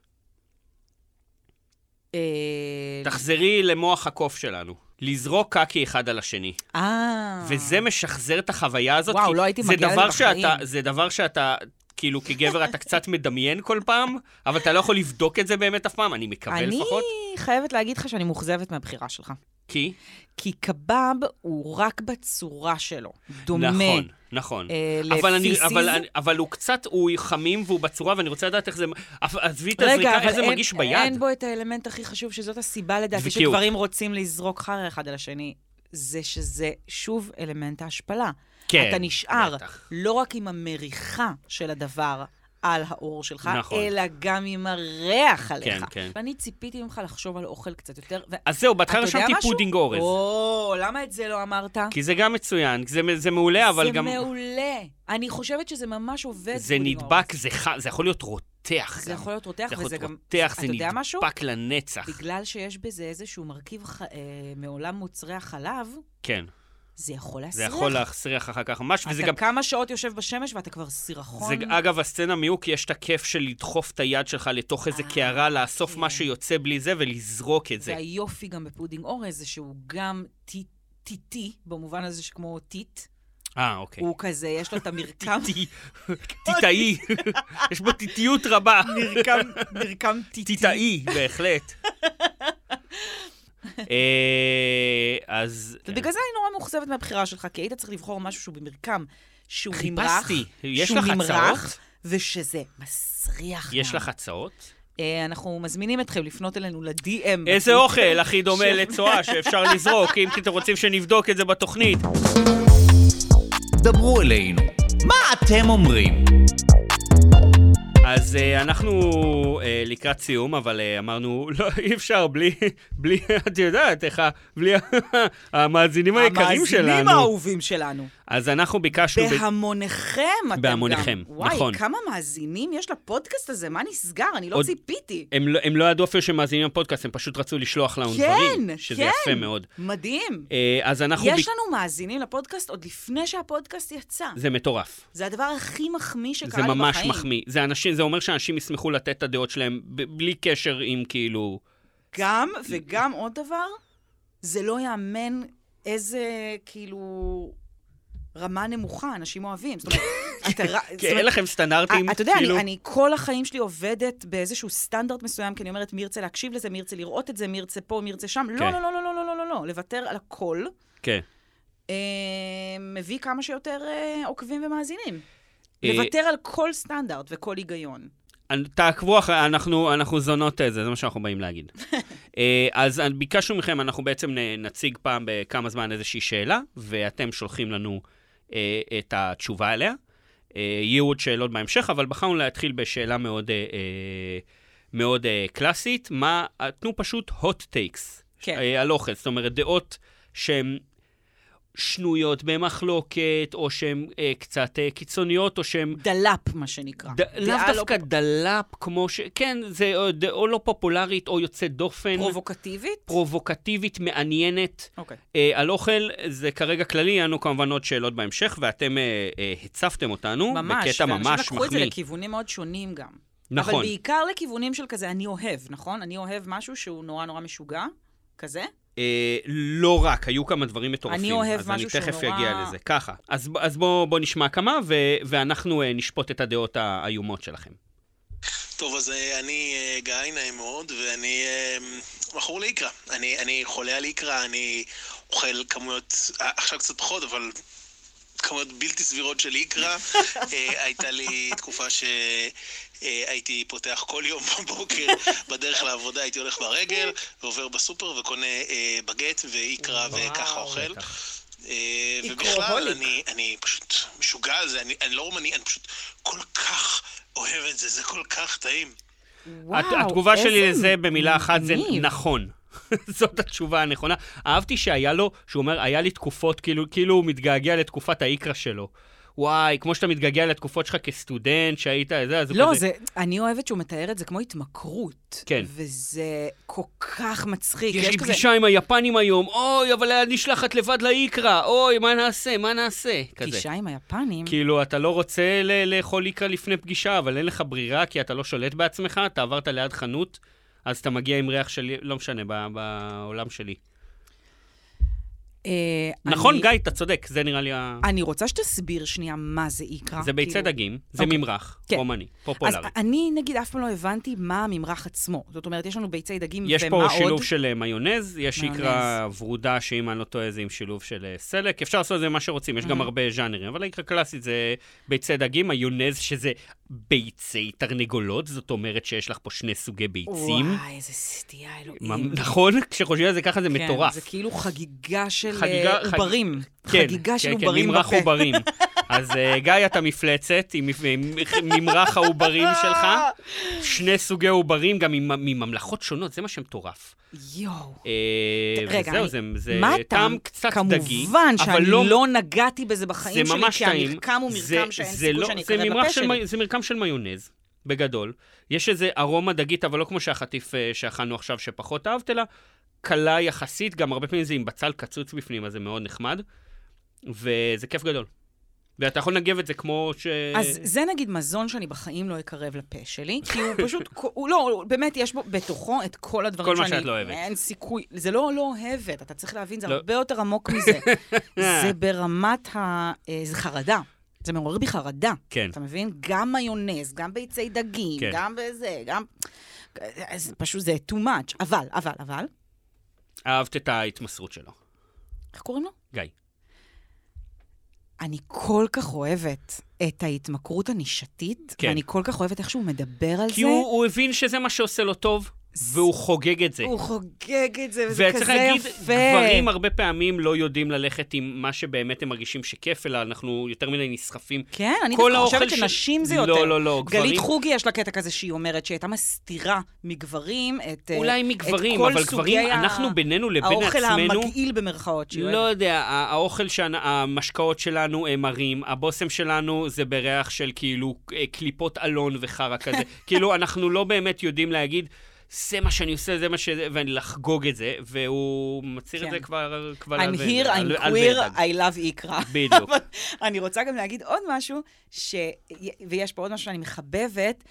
Speaker 2: תחזרי למוח הקוף שלנו. לזרוק קקי אחד על השני. וזה משחזר את החוויה הזאת.
Speaker 3: וואו, לא הייתי מגיעה לזה בחיים.
Speaker 2: זה דבר שאתה, כאילו, כגבר אתה קצת מדמיין כל פעם, אבל אתה לא יכול לבדוק את זה באמת אף פעם. אני מקווה לפחות.
Speaker 3: אני חייבת להגיד לך שאני מוחזבת מהבחירה שלך.
Speaker 2: כי?
Speaker 3: כי קבב הוא רק בצורה שלו. דומה.
Speaker 2: נכון.
Speaker 3: לפיסיז.
Speaker 2: אבל הוא קצת, הוא חמים והוא בצורה, ואני רוצה לדעת איך זה... עזבי את הזריקה, איך זה מרגיש ביד.
Speaker 3: אין בו את האלמנט הכי חשוב, שזאת הסיבה לדעתי שגברים רוצים לזרוק חרא אחד על השני. זה שזה שוב אלמנט ההשפלה.
Speaker 2: כן,
Speaker 3: אתה נשאר
Speaker 2: בטח.
Speaker 3: לא רק עם המריחה של הדבר על האור שלך,
Speaker 2: נכון.
Speaker 3: אלא גם עם הריח עליך.
Speaker 2: כן.
Speaker 3: ואני ציפיתי ממך לחשוב על אוכל קצת יותר.
Speaker 2: אז זהו, בהתחלה רשמתי פודינג אורז.
Speaker 3: למה את זה לא אמרת?
Speaker 2: כי זה גם מצוין, זה מעולה, אבל גם...
Speaker 3: זה מעולה. אני חושבת שזה ממש עובד.
Speaker 2: זה נדבק, זה יכול להיות רותח.
Speaker 3: זה יכול להיות רותח, וזה גם...
Speaker 2: זה נדבק לנצח.
Speaker 3: בגלל שיש בזה איזשהו מרכיב מעולם מוצרי החלב,
Speaker 2: כן.
Speaker 3: זה יכול להסריח.
Speaker 2: זה יכול להסריח אחר כך ממש, וזה גם...
Speaker 3: אתה כמה שעות יושב בשמש ואתה כבר סירחון.
Speaker 2: זה, אגב, הסצנה מיוק, יש את הכיף של לדחוף את היד שלך לתוך איזה קערה, לאסוף מה שיוצא בלי זה ולזרוק את זה.
Speaker 3: והיופי גם בפודינג אורז זה שהוא גם טיטי, במובן הזה שכמו טיט.
Speaker 2: אוקיי.
Speaker 3: הוא כזה, יש לו את המרקם...
Speaker 2: טיטאי. יש בו טיטיות רבה.
Speaker 3: מרקם טיטי.
Speaker 2: טיטאי, בהחלט. אז...
Speaker 3: ובגלל זה אני נורא מאוכזבת מהבחירה שלך, כי היית צריך לבחור משהו שהוא במרקם, שהוא נמרח,
Speaker 2: חיפשתי. יש לך הצעות?
Speaker 3: ושזה מסריח.
Speaker 2: יש לך הצעות?
Speaker 3: אנחנו מזמינים אתכם לפנות אלינו ל-DM.
Speaker 2: איזה אוכל הכי דומה לצואה שאפשר לזרוק, אם אתם רוצים שנבדוק את זה בתוכנית.
Speaker 5: דברו אלינו, מה אתם אומרים?
Speaker 2: אז אנחנו לקראת סיום, אבל אמרנו, לא, אי אפשר, בלי, את יודעת, איך, בלי המאזינים היקרים שלנו.
Speaker 3: המאזינים האהובים שלנו.
Speaker 2: אז אנחנו ביקשנו...
Speaker 3: בהמוניכם אתם גם.
Speaker 2: בהמוניכם, נכון.
Speaker 3: וואי, כמה מאזינים יש לפודקאסט הזה? מה נסגר? אני לא ציפיתי.
Speaker 2: הם לא ידעו אפילו שמאזינים לפודקאסט, הם פשוט רצו לשלוח לנו דברים, שזה יפה מאוד.
Speaker 3: מדהים.
Speaker 2: אז אנחנו...
Speaker 3: יש לנו מאזינים לפודקאסט עוד לפני שהפודקאסט יצא.
Speaker 2: זה מטורף.
Speaker 3: זה הדבר הכי מחמיא שקרה לי
Speaker 2: זה
Speaker 3: בחיים.
Speaker 2: ממש מחמיא. זה אומר שאנשים ישמחו לתת את הדעות שלהם בלי קשר עם כאילו...
Speaker 3: גם, וגם עוד דבר, זה לא יאמן איזה כאילו רמה נמוכה אנשים אוהבים. זאת אומרת,
Speaker 2: כי אין לכם סטנדרטים.
Speaker 3: אתה יודע, אני כל החיים שלי עובדת באיזשהו סטנדרט מסוים, כי אני אומרת, מי ירצה להקשיב לזה, מי ירצה לראות את זה, מי ירצה פה, מי ירצה שם. לא, לא, לא, לא, לא, לא, לא, לוותר על הכל.
Speaker 2: כן.
Speaker 3: מביא כמה שיותר עוקבים ומאזינים. לוותר על כל סטנדרט וכל היגיון.
Speaker 2: תעקבו אחרי, אנחנו זונות את זה, זה מה שאנחנו באים להגיד. אז ביקשנו מכם, אנחנו בעצם נציג פעם בכמה זמן איזושהי שאלה, ואתם שולחים לנו את התשובה עליה. יהיו עוד שאלות בהמשך, אבל בחרנו להתחיל בשאלה מאוד קלאסית. תנו פשוט hot takes על אוכל, זאת אומרת, דעות שהן שנויות במחלוקת, או שהן קצת קיצוניות, או שהן...
Speaker 3: דלאפ, מה שנקרא.
Speaker 2: לאו דווקא דלאפ, כמו ש... כן, זה או לא פופולרית, או יוצא דופן.
Speaker 3: פרובוקטיבית?
Speaker 2: פרובוקטיבית, מעניינת.
Speaker 3: אוקיי.
Speaker 2: על אוכל, זה כרגע כללי, יענו כמובן עוד שאלות בהמשך, ואתם הצפתם אותנו בקטע ממש מחמיא.
Speaker 3: לקחו את זה לכיוונים מאוד שונים גם.
Speaker 2: נכון.
Speaker 3: אבל בעיקר לכיוונים של כזה, אני אוהב, נכון? אני אוהב משהו שהוא נורא נורא משוגע, כזה.
Speaker 2: לא רק, היו כמה דברים מטורפים.
Speaker 3: אני אוהב משהו שהוא נורא...
Speaker 2: אז אני תכף אגיע לזה. ככה. אז בוא נשמע כמה, ואנחנו נשפוט את הדעות האיומות שלכם.
Speaker 6: טוב, אז אני גיא, נעים מאוד, ואני מכור לאיקרה. אני חולה על איקרה, אני אוכל כמויות, עכשיו קצת פחות, אבל כמויות בלתי סבירות של איקרה. הייתה לי תקופה הייתי פותח כל יום בבוקר בדרך לעבודה, הייתי הולך ברגל ועובר בסופר וקונה בגט ואיקרה וככה אוכל. ובכלל אני פשוט משוגע על זה, אני לא רומני, אני פשוט כל כך אוהב את זה, זה כל כך טעים.
Speaker 2: התגובה שלי לזה במילה אחת זה נכון. זאת התשובה הנכונה. אהבתי שהיה לו, שהוא אומר, היה לי תקופות, כאילו הוא מתגעגע לתקופת האיקרה שלו. וואי, כמו שאתה מתגעגע לתקופות שלך כסטודנט, שהיית, אז
Speaker 3: לא, זה, אני אוהבת שהוא מתאר את זה כמו התמכרות.
Speaker 2: כן.
Speaker 3: וזה כל כך מצחיק.
Speaker 2: יש לי פגישה עם היפנים היום, אוי, אבל היה נשלחת לבד לאיקרה, אוי, מה נעשה?
Speaker 3: פגישה עם היפנים?
Speaker 2: כאילו, אתה לא רוצה לאכול איקרה לפני פגישה, אבל אין לך ברירה, כי אתה לא שולט בעצמך, אתה עברת ליד חנות, אז אתה מגיע עם ריח שלי, לא משנה, בעולם שלי. נכון, גיא, אתה צודק, זה נראה לי
Speaker 3: אני רוצה שתסביר שנייה מה זה איקרה.
Speaker 2: זה ביצי דגים, זה ממרח, רומני, פופולרי.
Speaker 3: אז אני, נגיד, אף פעם לא הבנתי מה הממרח עצמו. זאת אומרת, יש לנו ביצי דגים ומה עוד?
Speaker 2: יש פה שילוב של מיונז, יש איקרה ורודה שאם אני לא טועה זה עם שילוב של סלק. אפשר לעשות את זה מה שרוצים, יש גם הרבה ז'אנרים, אבל האיקרה קלאסית זה ביצי דגים, מיונז שזה ביצי תרנגולות, זאת אומרת שיש לך פה שני סוגי ביצים.
Speaker 3: וואי, איזה סטייה אלוהים.
Speaker 2: נכון, כשחושבים על זה ככה זה מטורף.
Speaker 3: זה כאילו חגיגה של עוברים.
Speaker 2: כן,
Speaker 3: חגיגה של עוברים בפה.
Speaker 2: ממרח עוברים. אז גיא, אתה מפלצת עם ממרח העוברים שלך, שני סוגי עוברים, גם מממלכות שונות, זה מה שמטורף.
Speaker 3: יואו.
Speaker 2: רגע, זה טעם קצת דגי.
Speaker 3: כמובן שאני לא נגעתי בזה בחיים שלי, כי המרקם הוא מרקם שאין סיכוי שאני אקרב בפה שלי.
Speaker 2: זה מרקם של מיונז, בגדול. יש איזה ארומה דגית, אבל לא כמו שהחטיף שאכלנו עכשיו שפחות אהבת, אלא קלה יחסית, גם הרבה פעמים זה עם בצל קצוץ בפנים, אז זה מאוד נחמד. וזה כיף גדול. ואתה יכול לנגב את זה כמו ש...
Speaker 3: אז זה נגיד מזון שאני בחיים לא אקרב לפה שלי, כי הוא פשוט, הוא לא, באמת יש בו בתוכו את כל הדברים
Speaker 2: כל מה
Speaker 3: שאני...
Speaker 2: שאת לא אוהבת.
Speaker 3: אין סיכוי, זה לא אוהבת, אתה צריך להבין, זה הרבה יותר עמוק מזה. זה ברמת זה חרדה. זה מעורר בי חרדה.
Speaker 2: כן.
Speaker 3: אתה מבין? גם מיונז, גם ביצי דגים,
Speaker 2: כן.
Speaker 3: גם בזה, גם... אז פשוט זה too much. אבל...
Speaker 2: אהבת את ההתמסרות שלו.
Speaker 3: איך קוראים לו?
Speaker 2: גיא.
Speaker 3: אני כל כך אוהבת את ההתמכרות הנישתית,
Speaker 2: כן.
Speaker 3: ואני כל כך אוהבת איך שהוא מדבר על זה.
Speaker 2: כי הוא הבין שזה מה שעושה לו טוב, והוא חוגג את זה.
Speaker 3: הוא חוגג את זה, וזה כזה יפה.
Speaker 2: וצריך להגיד, גברים הרבה פעמים לא יודעים ללכת עם מה שבאמת הם מרגישים שכיף, אלא אנחנו יותר מדי נסחפים.
Speaker 3: כן, אני חושבת שנשים זה יותר.
Speaker 2: לא, גברים...
Speaker 3: גלית חוגי יש לה קטע כזה שהיא אומרת שהיא הייתה מסתירה מגברים את
Speaker 2: אולי מגברים, אבל גברים, אנחנו בינינו לבין
Speaker 3: האוכל
Speaker 2: עצמנו...
Speaker 3: האוכל המגעיל במרכאות שהיא אוהבת.
Speaker 2: לא יודע, המשקאות שלנו הם מרים, הבוסם שלנו זה בריח של כאילו קליפות אלון וחרה כזה. כאילו, אנחנו לא באמת יודעים להגיד... זה מה שאני עושה, זה מה ואני לחגוג את זה, והוא מצהיר את זה כבר
Speaker 3: I'm here, I'm queer, I love איקרה.
Speaker 2: בדיוק.
Speaker 3: אני רוצה גם להגיד עוד משהו, ויש פה עוד משהו שאני מחבבת,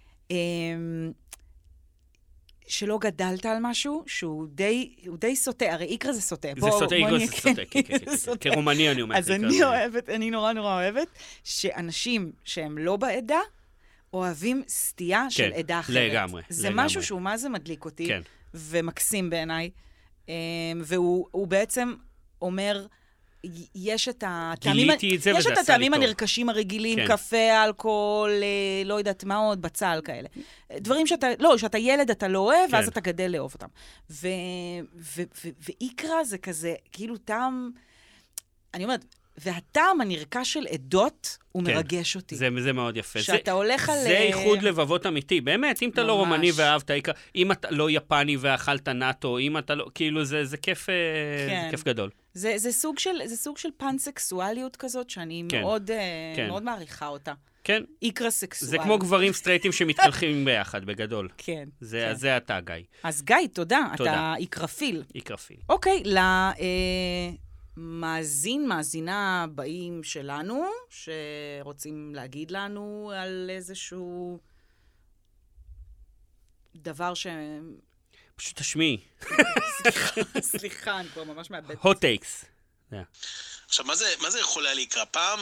Speaker 3: שלא גדלת על משהו, שהוא די סוטה, הרי איקרה זה סוטה.
Speaker 2: זה סוטה, איקרה זה סוטה, כן. כרומני אני אומרת.
Speaker 3: אז אני אוהבת, אני נורא אוהבת, שאנשים שהם לא בעדה, אוהבים סטייה של עדה אחרת.
Speaker 2: לגמרי.
Speaker 3: זה משהו שהוא מה זה מדליק אותי, ומקסים בעיניי, והוא בעצם אומר, יש את הטעמים הנרכשים הרגילים, קפה, אלכוהול, לא יודעת מה עוד, בצל כאלה. דברים שאתה ילד אתה לא אוהב, ואז אתה גדל לאהוב אותם. ואיקרה זה כזה, כאילו טעם, אני אומרת, והטעם הנרכש של עדות הוא מרגש אותי.
Speaker 2: זה מאוד יפה.
Speaker 3: שאתה הולך על...
Speaker 2: זה איחוד לבבות אמיתי. באמת, אם אתה לא רומני ואהבת איקרה, אם אתה לא יפני ואכלת נאטו, אם אתה לא... כאילו, זה כיף גדול.
Speaker 3: זה סוג של פנסקסואליות כזאת, שאני מאוד מעריכה אותה.
Speaker 2: כן.
Speaker 3: איקרה סקסואל.
Speaker 2: זה כמו גברים סטרייטים שמתקלחים ביחד, בגדול.
Speaker 3: כן.
Speaker 2: זה אתה, גיא.
Speaker 3: אז גיא, תודה. אתה איקרפיל.
Speaker 2: איקרפיל.
Speaker 3: אוקיי, מאזינה הבאים שלנו, שרוצים להגיד לנו על איזשהו דבר ש...
Speaker 2: פשוט תשמעי.
Speaker 3: סליחה, אני כבר ממש מאבד.
Speaker 2: hot takes.
Speaker 6: עכשיו, מה זה יכול היה להיקרא? פעם...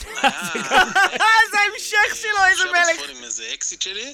Speaker 3: זה ההמשך שלו, איזה מלך.
Speaker 6: עכשיו עם איזה אקסיט שלי,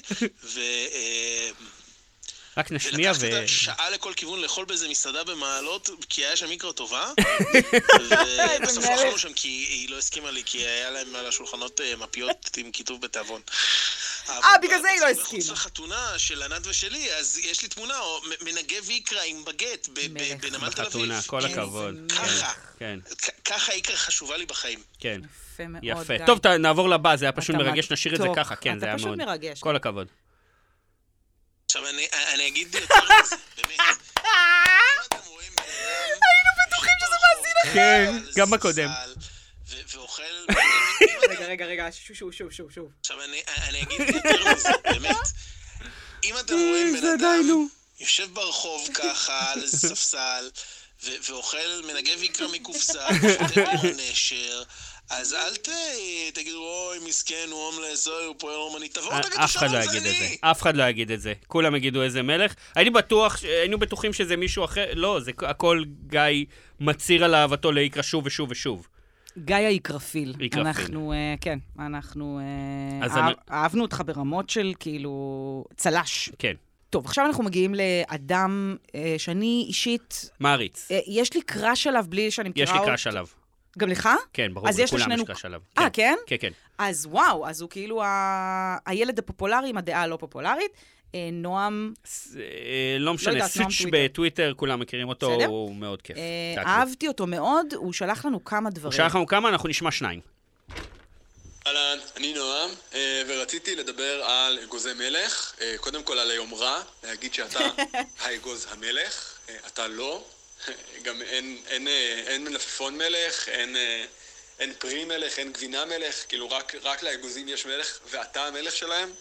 Speaker 2: רק נשמיע
Speaker 6: ולקחתי את השעה לכל כיוון לאכול באיזה מסעדה במעלות, כי היה שם איקרה טובה. ובסוף אכלנו שם כי היא לא הסכימה לי, כי היה להם על השולחנות מפיות עם כיתוב בתיאבון.
Speaker 3: בגלל זה היא לא הסכימה.
Speaker 6: בחוץ לחתונה של ענת ושלי, אז יש לי תמונה, מנגב איקרה עם בגט בנמל תל אביב.
Speaker 2: כל הכבוד.
Speaker 6: ככה איקרה חשובה לי בחיים.
Speaker 2: כן.
Speaker 3: יפה מאוד.
Speaker 2: יפה. טוב, נעבור לבא, זה היה פשוט מרגש, נשאיר את זה ככה. כן, זה היה מאוד.
Speaker 3: אתה פשוט מרגש.
Speaker 2: כל הכבוד.
Speaker 6: עכשיו, אני אגיד יותר מזה, באמת.
Speaker 3: היינו בטוחים שזה מאזין אחר.
Speaker 2: כן, גם בקודם.
Speaker 6: ואוכל...
Speaker 3: רגע, שוב.
Speaker 6: עכשיו, אני אגיד יותר מזה, באמת. אם אתם רואים בן אדם, יושב ברחוב ככה, על איזה ספסל, ואוכל מנגב איקרה מקופסה, ושותה בירה נשר, אז אל תגידו, אוי, מסכן, הוא הומלס, אוי, הוא פועל רומני, תבואו תגידו שם על זה אני.
Speaker 2: אף אחד לא יגיד את זה. כולם יגידו איזה מלך. היינו בטוחים שזה מישהו אחר. לא, זה הכל גיא מצהיר על אהבתו לאיקרה שוב ושוב ושוב.
Speaker 3: גיא האיקרפיל. אנחנו, כן, אנחנו אהבנו אותך ברמות של כאילו צלש.
Speaker 2: כן.
Speaker 3: טוב, עכשיו אנחנו מגיעים לאדם שאני אישית...
Speaker 2: מעריץ.
Speaker 3: יש לי קראש עליו בלי שאני מכירה
Speaker 2: יש לי קראש עליו.
Speaker 3: גם לך?
Speaker 2: כן, ברור, לכולם יש קראש עליו.
Speaker 3: כן?
Speaker 2: כן, כן.
Speaker 3: אז וואו, אז הוא כאילו הילד הפופולרי עם הדעה הלא פופולרית. נועם...
Speaker 2: לא משנה, סוויץ' בטוויטר, כולם מכירים אותו, הוא מאוד כיף.
Speaker 3: אהבתי אותו מאוד, הוא שלח לנו כמה דברים.
Speaker 2: הוא שלח לנו כמה, אנחנו נשמע שניים.
Speaker 7: אהלן, אני נועם, ורציתי לדבר על אגוזי מלך. קודם כל על היומרה, להגיד שאתה האגוז המלך, אתה לא. גם אין מלפפון מלך, אין פרי מלך, אין גבינה מלך, כאילו רק לאגוזים יש מלך, ואתה המלך שלהם.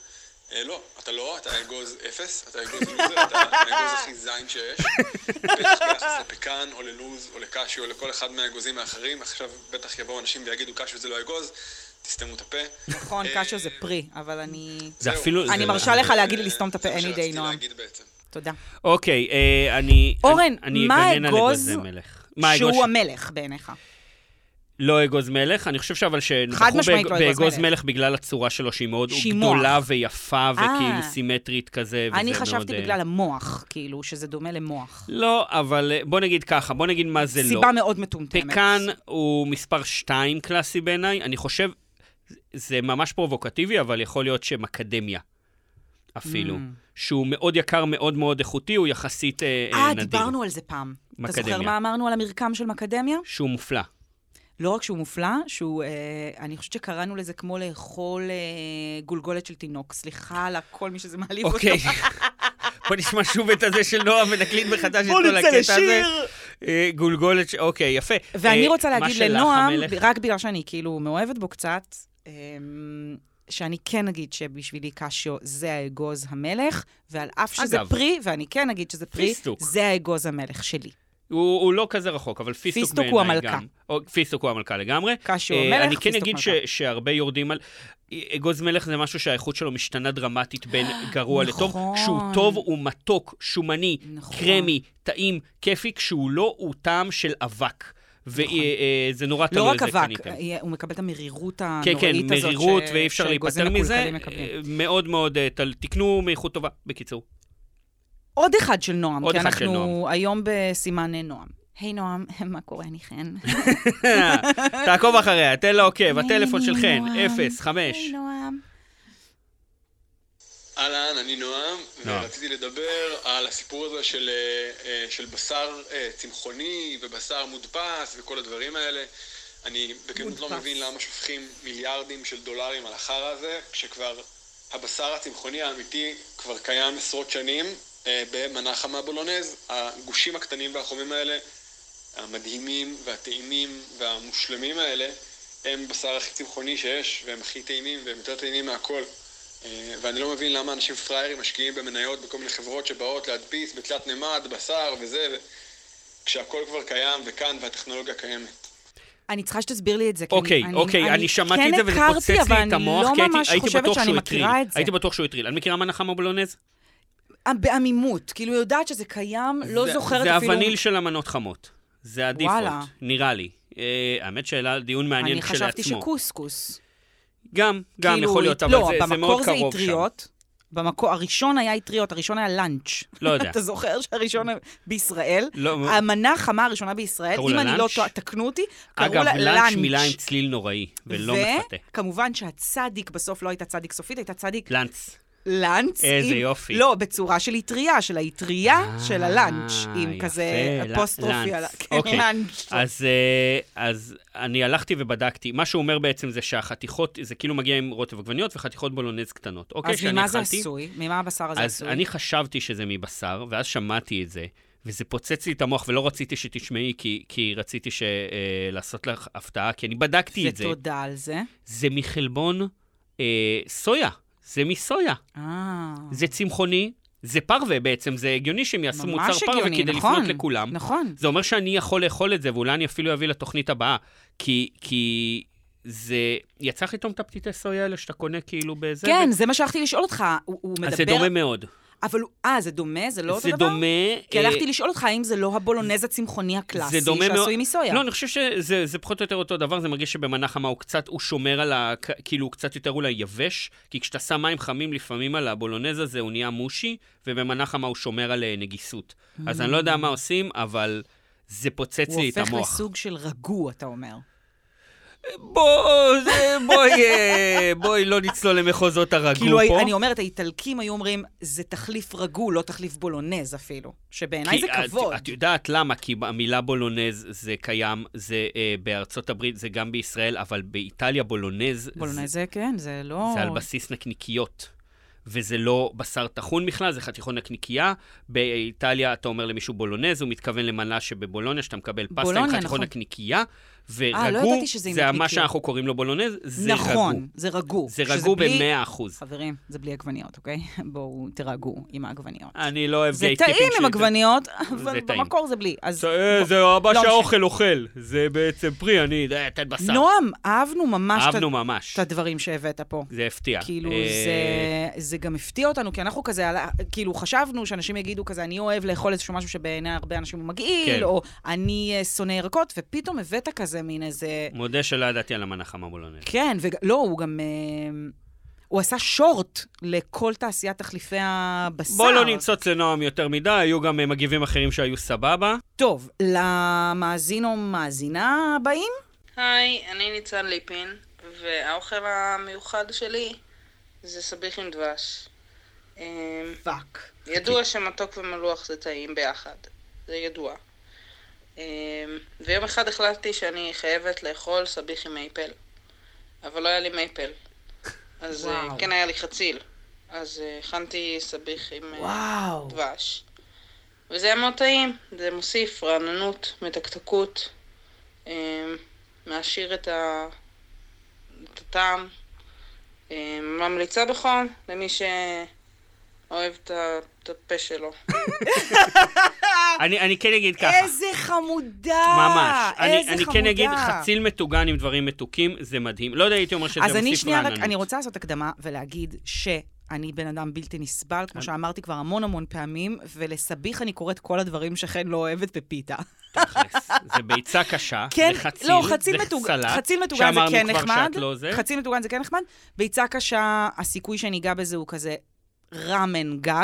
Speaker 7: לא, אתה לא, אתה אגוז אפס, אתה אגוז לוזר, אתה האגוז הכי זין שיש. בטח ביחס לפקן או ללוז או לקשיו או לכל אחד מהאגוזים האחרים. עכשיו בטח יבואו אנשים ויגידו קשיו זה לא אגוז, תסתמו את הפה.
Speaker 3: נכון, קשיו זה פרי, אבל
Speaker 2: זה אפילו...
Speaker 3: אני מרשה לך להגיד לי לסתום את הפה any day, נועם. תודה.
Speaker 2: אוקיי,
Speaker 3: אורן,
Speaker 2: אני
Speaker 3: מה
Speaker 2: אגנן על
Speaker 3: אגוז
Speaker 2: אגוזי מלך.
Speaker 3: שהוא המלך בעיניך?
Speaker 2: לא אגוז מלך, אני חושב אבל
Speaker 3: חד
Speaker 2: שנחו
Speaker 3: משמעית לא אגוז
Speaker 2: באגוז
Speaker 3: מלך.
Speaker 2: מלך בגלל הצורה שלו שהיא מאוד
Speaker 3: שהיא
Speaker 2: גדולה
Speaker 3: מוח.
Speaker 2: ויפה וכאילו סימטרית כזה.
Speaker 3: אני
Speaker 2: וזה
Speaker 3: חשבתי
Speaker 2: מאוד,
Speaker 3: בגלל המוח, כאילו, שזה דומה למוח.
Speaker 2: לא, אבל בוא נגיד ככה, בוא נגיד מה זה לא.
Speaker 3: סיבה מאוד מטומטמת.
Speaker 2: פקן הוא מספר 2 קלאסי בעיניי, אני חושב, זה ממש פרובוקטיבי, אבל יכול להיות שמקדמיה אפילו, שהוא מאוד יקר, מאוד מאוד איכותי, הוא יחסית נדיר.
Speaker 3: דיברנו על זה פעם. אתה
Speaker 2: מקדמיה.
Speaker 3: זוכר מה אמרנו על המרקם של מקדמיה?
Speaker 2: שהוא מופלא.
Speaker 3: לא רק שהוא מופלא, שהוא, אני חושבת שקראנו לזה כמו לאכול גולגולת של תינוק. סליחה על כל מי שזה מעליב אותו.
Speaker 2: אוקיי. בוא נשמע שוב את הזה של נועה ונקליט מחדש את כל הקטע הזה. גולגולת, אוקיי, יפה.
Speaker 3: ואני רוצה להגיד לנועם,
Speaker 2: המלך?
Speaker 3: רק בגלל שאני כאילו מאוהבת בו קצת, שאני כן אגיד שבשבילי קשיו זה האגוז המלך, ועל אף שזה
Speaker 2: אגב.
Speaker 3: פרי, ואני כן אגיד שזה פרי,
Speaker 2: פיסטוק.
Speaker 3: זה האגוז המלך שלי.
Speaker 2: הוא לא כזה רחוק, אבל פיסטוק
Speaker 3: פיסטוק הוא
Speaker 2: בעיניי
Speaker 3: המלכה.
Speaker 2: גם. פיסטוק הוא המלכה לגמרי.
Speaker 3: קשיו המלך,
Speaker 2: אני כן
Speaker 3: פיסטוק
Speaker 2: אגיד
Speaker 3: מלכה.
Speaker 2: שהרבה יורדים על... אגוז מלך זה משהו שהאיכות שלו משתנה דרמטית בין גרוע לטוב. כשהוא טוב הוא מתוק, שומני, קרמי, טעים, כיפי, כשהוא לא הוא טעם של אבק. וזה נורא
Speaker 3: לא
Speaker 2: תלוי
Speaker 3: רק
Speaker 2: איזה
Speaker 3: אבק,
Speaker 2: קניתם.
Speaker 3: הוא מקבל את המרירות
Speaker 2: כן,
Speaker 3: הנוראית
Speaker 2: כן,
Speaker 3: הזאת
Speaker 2: מרירות, ואי אפשר להיפטר מזה.
Speaker 3: שהאגוזים מקולקלים.
Speaker 2: מאוד מאוד, תקנו מאיכות טובה, בקיצור.
Speaker 3: עוד אחד של נועם,
Speaker 2: עוד
Speaker 3: כי
Speaker 2: אחד של
Speaker 3: אנחנו היום בסימן נועם. היי נועם, מה קורה, אני חן?
Speaker 2: תעקוב אחריה, תן לה עוקב, הטלפון של חן,
Speaker 3: נועם.
Speaker 2: 05.
Speaker 3: היי נועם.
Speaker 7: אהלן, אני נועם, ורציתי לדבר על הסיפור הזה של בשר צמחוני ובשר מודפס וכל הדברים האלה. אני בכנות לא מבין למה שופכים מיליארדים של דולרים על החרא הזה, כשכבר הבשר הצמחוני האמיתי כבר קיים עשרות שנים במנה חמה בולונז. הגושים הקטנים והחומים האלה, המדהימים והטעימים והמושלמים האלה, הם בשר הכי צמחוני שיש, והם הכי טעימים והם יותר טעימים מהכל. ואני לא מבין למה אנשים פריירים משקיעים במניות בכל מיני חברות שבאות להדפיס בתלת נמד, בשר וזה, כשהכל כבר קיים וכאן והטכנולוגיה קיימת.
Speaker 3: אני צריכה שתסביר לי את זה.
Speaker 2: אוקיי, אני שמעתי את זה וזה פוצץ לי את המוח, כי הייתי בטוח שהוא הטריל. הייתי בטוח שהוא הטריל. אני מכירה מנה חמה בולונז?
Speaker 3: בעמימות, כאילו יודעת שזה קיים, לא זוכרת אפילו...
Speaker 2: זה הווניל של המנות חמות. זה הדיפולט, נראה לי. האמת שאלה דיון מעניין כשלעצמו.
Speaker 3: אני חשבתי שקוסקוס.
Speaker 2: גם יכול להיות, אבל זה מאוד קרוב שם.
Speaker 3: במקור, הראשון היה אטריות, הראשון היה לאנץ'.
Speaker 2: לא יודע.
Speaker 3: אתה זוכר שהראשון בישראל, המנה החמה הראשונה בישראל, אם אני לא תקנו אותי, קראו לה לאנץ'.
Speaker 2: אגב, לאנץ' מילה עם צליל נוראי, ולא מפתה.
Speaker 3: וכמובן שהצדיק בסוף לא הייתה צדיק סופית, הייתה צדיק...
Speaker 2: לאנץ. איזה יופי.
Speaker 3: לא, בצורה של אטריה, של האטריה של הלאנץ', עם כזה אפוסטרופי על...
Speaker 2: כן, לאנץ'. אז אני הלכתי ובדקתי. מה שהוא אומר בעצם זה שהחתיכות, זה כאילו מגיע עם רוטב עגבניות וחתיכות בולונז קטנות.
Speaker 3: אז ממה זה עשוי? ממה הבשר הזה עשוי?
Speaker 2: אז אני חשבתי שזה מבשר, ואז שמעתי את זה, וזה פוצץ לי את המוח, ולא רציתי שתשמעי, כי רציתי לעשות לך הפתעה, כי אני בדקתי את זה.
Speaker 3: ותודה על זה.
Speaker 2: זה מחלבון סויה. זה מסויה. זה צמחוני, זה פרווה בעצם, זה הגיוני שהם יעשו מוצר פרווה כדי לפנות לכולם.
Speaker 3: נכון.
Speaker 2: זה אומר שאני יכול לאכול את זה, ואולי אני אפילו אביא לתוכנית הבאה, כי זה... יצא לך לטעום את הפתיתי סויה האלה שאתה קונה כאילו באיזה...
Speaker 3: כן, זה מה שהלכתי לשאול אותך. הוא מדבר...
Speaker 2: אז זה דומה מאוד.
Speaker 3: אבל, זה דומה? זה לא אותו דבר?
Speaker 2: זה דומה...
Speaker 3: כי הלכתי לשאול אותך האם זה לא הבולונז הצמחוני הקלאסי שעשוי מסויה.
Speaker 2: לא, אני חושב שזה פחות או יותר אותו דבר, זה מרגיש שבמנה חמה הוא שומר על כאילו הוא קצת יותר אולי יבש, כי כשאתה שם מים חמים לפעמים על הבולונז הזה הוא נהיה מושי, ובמנה חמה הוא שומר על נגיסות. אז אני לא יודע מה עושים, אבל זה פוצץ לי את המוח.
Speaker 3: הוא הופך לסוג של רגוע, אתה אומר.
Speaker 2: בואי לא נצלול למחוזות הרגו
Speaker 3: כאילו,
Speaker 2: פה.
Speaker 3: אני אומרת, האיטלקים היו אומרים, זה תחליף רגו, לא תחליף בולונז אפילו. שבעיניי זה כבוד.
Speaker 2: את יודעת למה? כי המילה בולונז זה קיים, זה בארצות הברית, זה גם בישראל, אבל באיטליה בולונז...
Speaker 3: בולונז זה כן, זה לא...
Speaker 2: זה על בסיס נקניקיות. וזה לא בשר טחון בכלל, זה חתיכון נקניקייה. באיטליה אתה אומר למישהו בולונז, הוא מתכוון למנה שבבולוניה, שאתה מקבל פסטה עם חתיכון נקניקייה, ורגו, זה מה שאנחנו קוראים לו בולונז, זה רגו.
Speaker 3: נכון, זה רגו.
Speaker 2: זה רגו ב-100%.
Speaker 3: חברים, זה בלי עגבניות, אוקיי? בואו תרגו עם העגבניות.
Speaker 2: אני לא אוהב
Speaker 3: זה
Speaker 2: גייט-קיפינג.
Speaker 3: טעים עם עגבניות, אבל במקור זה בלי.
Speaker 2: זה הבא שהאוכל אוכל. זה בעצם פרי, אני אתן בשר.
Speaker 3: נועם, אהבנו ממש
Speaker 2: את
Speaker 3: הדברים שהבאת פה.
Speaker 2: זה הפתיע.
Speaker 3: כאילו, זה גם הפתיע אותנו, כי אנחנו כזה, כאילו, חשבנו שאנשים יגידו כזה, אני אוהב לאכול איזשהו משהו שבעיני הרבה אנשים הוא מגעיל, או אני שונא ירקות, ופתאום הבאת כזה מין איזה...
Speaker 2: מודה שלא ידעתי על המנה חמה בולונז.
Speaker 3: כן, ולא, הוא גם... הוא עשה שורט לכל תעשיית תחליפי הבשר.
Speaker 2: בוא לא נמצוץ לנועם יותר מדי, היו גם מגיבים אחרים שהיו סבבה.
Speaker 3: טוב, למאזין או מאזינה הבאים?
Speaker 8: היי, אני ניצן ליפין, והאוכל המיוחד שלי זה סביח עם דבש.
Speaker 3: פאק.
Speaker 8: ידוע שמתוק ומלוח זה טעים ביחד, זה ידוע. ויום אחד החלטתי שאני חייבת לאכול סביח עם מייפל, אבל לא היה לי מייפל. אז כן היה לי חציל. אז הכנתי סביח עם דבש. וזה היה מאוד טעים. זה מוסיף רעננות, מתקתקות, מעשיר את הטעם. ממליצה בחום למי שאוהב את הפה שלו.
Speaker 2: אני כן אגיד ככה.
Speaker 3: איזה חמודה!
Speaker 2: ממש.
Speaker 3: איזה חמודה.
Speaker 2: אני כן אגיד, חציל מטוגן עם דברים מתוקים, זה מדהים. לא יודע, הייתי אומר שזה מוסיף רעננות.
Speaker 3: אני רוצה לעשות הקדמה ולהגיד שאני בן אדם בלתי נסבל, כמו שאמרתי כבר המון פעמים, ולסביח אני קוראת כל הדברים שכן לא אוהבת בפיתה.
Speaker 2: תכלס, זה ביצה קשה,
Speaker 3: כן,
Speaker 2: זה חציל,
Speaker 3: לא,
Speaker 2: זה סלט,
Speaker 3: חציל מטוגן זה כן נחמד,
Speaker 2: לא זה.
Speaker 3: חציל מטוגן זה כן נחמד, ביצה קשה, הסיכוי שניגע בזה הוא כזה רמן גג,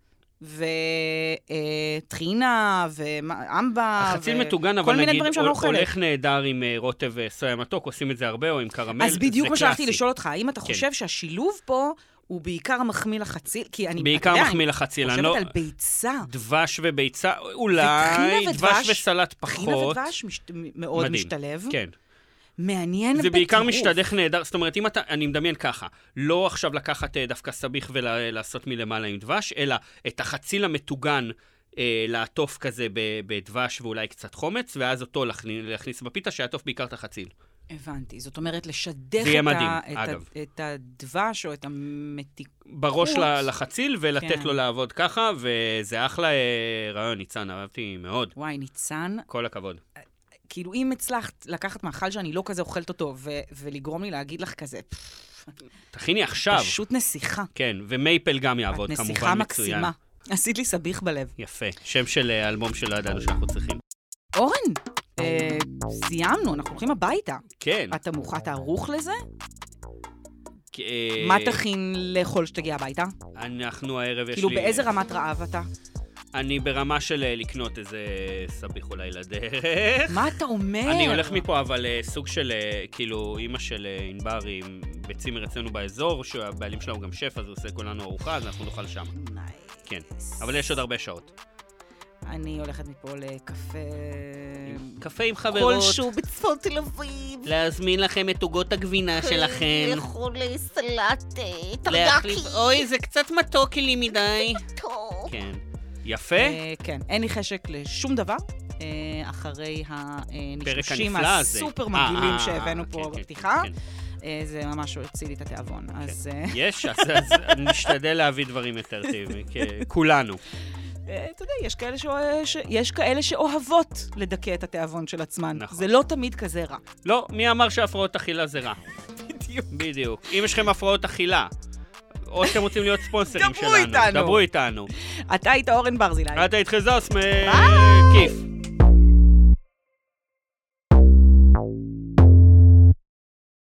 Speaker 3: וטחינה, ואמבה,
Speaker 2: החציל מטוגן, אבל נגיד,
Speaker 3: הולך
Speaker 2: נהדר עם רוטב וסויה מתוק, עושים את זה הרבה, או עם קרמל,
Speaker 3: אז בדיוק מה שהלכתי לשאול אותך, האם אתה
Speaker 2: כן.
Speaker 3: חושב שהשילוב פה הוא בעיקר מחמיא לחציל? כי אני
Speaker 2: בעיקר מחמיא לחציל, אני לא...
Speaker 3: חושבת על ביצה.
Speaker 2: דבש וביצה, אולי, דבש וסלט פחות.
Speaker 3: טחינה ודבש מאוד משתלב.
Speaker 2: כן.
Speaker 3: מעניין בטירוף.
Speaker 2: זה בעיקר משתדך נהדר, זאת אומרת, אם אני מדמיין ככה, לא עכשיו לקחת דווקא סביח ולעשות מלמעלה עם דבש, אלא את החציל המטוגן לעטוף כזה בדבש ואולי קצת חומץ, ואז אותו להכניס בפיתה שיעטוף בעיקר את החציל.
Speaker 3: הבנתי, זאת אומרת לשדך את הדבש או את המתיקות.
Speaker 2: בראש לחציל ולתת לו לעבוד ככה, וזה אחלה רעיון, ניצן, אהבתי מאוד.
Speaker 3: וואי, ניצן.
Speaker 2: כל הכבוד.
Speaker 3: כאילו, אם הצלחת לקחת מאכל שאני לא כזה אוכלת אותו, ולגרום לי להגיד לך כזה,
Speaker 2: תכיני עכשיו.
Speaker 3: פשוט נסיכה.
Speaker 2: כן, ומייפל גם יעבוד, כמובן מצוין.
Speaker 3: נסיכה מקסימה. עשית לי סביח בלב.
Speaker 2: יפה, שם של אלבום שלא ידענו שאנחנו צריכים.
Speaker 3: אורן, סיימנו, אנחנו הולכים הביתה.
Speaker 2: כן.
Speaker 3: אתה ערוך לזה? מה תכין לאכול שתגיע הביתה?
Speaker 2: אנחנו הערב יש לי...
Speaker 3: כאילו, באיזה רמת רעב אתה?
Speaker 2: אני ברמה של לקנות איזה סביח אולי לדרך.
Speaker 3: מה אתה אומר?
Speaker 2: אני הולך מפה, אבל סוג של, כאילו, אמא של ענבר עם בצימר אצלנו באזור, שהבעלים שלה הוא גם שף, אז הוא עושה כולנו ארוחה, אז אנחנו נאכל שם. כן, אבל יש עוד הרבה שעות.
Speaker 3: אני הולכת מפה לקפה...
Speaker 2: קפה עם חברות.
Speaker 4: כלשהו בצפון תל אביב.
Speaker 2: להזמין לכם את עוגות הגבינה שלכם.
Speaker 4: לאכול סלט טריאקי.
Speaker 2: אוי, זה קצת מתוק לי מדי.
Speaker 4: מתוק.
Speaker 2: כן. יפה?
Speaker 3: כן, אין לי חשק לשום דבר, אחרי הנישושים הסופר מגעילים שהבאנו פה בפתיחה. זה ממש הוציא לי את התיאבון.
Speaker 2: יש, אז נשתדל להביא דברים יותר טבעי, כולנו.
Speaker 3: אתה יודע, יש כאלה שאוהבות לדכא את התיאבון של עצמן.
Speaker 2: נכון.
Speaker 3: זה לא תמיד כזה רע.
Speaker 2: לא, מי אמר שהפרעות אכילה זה רע? בדיוק. אם יש לכם הפרעות אכילה, או שאתם רוצים להיות ספונסרים שלנו, דברו איתנו.
Speaker 3: אתה היית אורן ברזילי.
Speaker 2: אתה איתך זוסמן. כיף.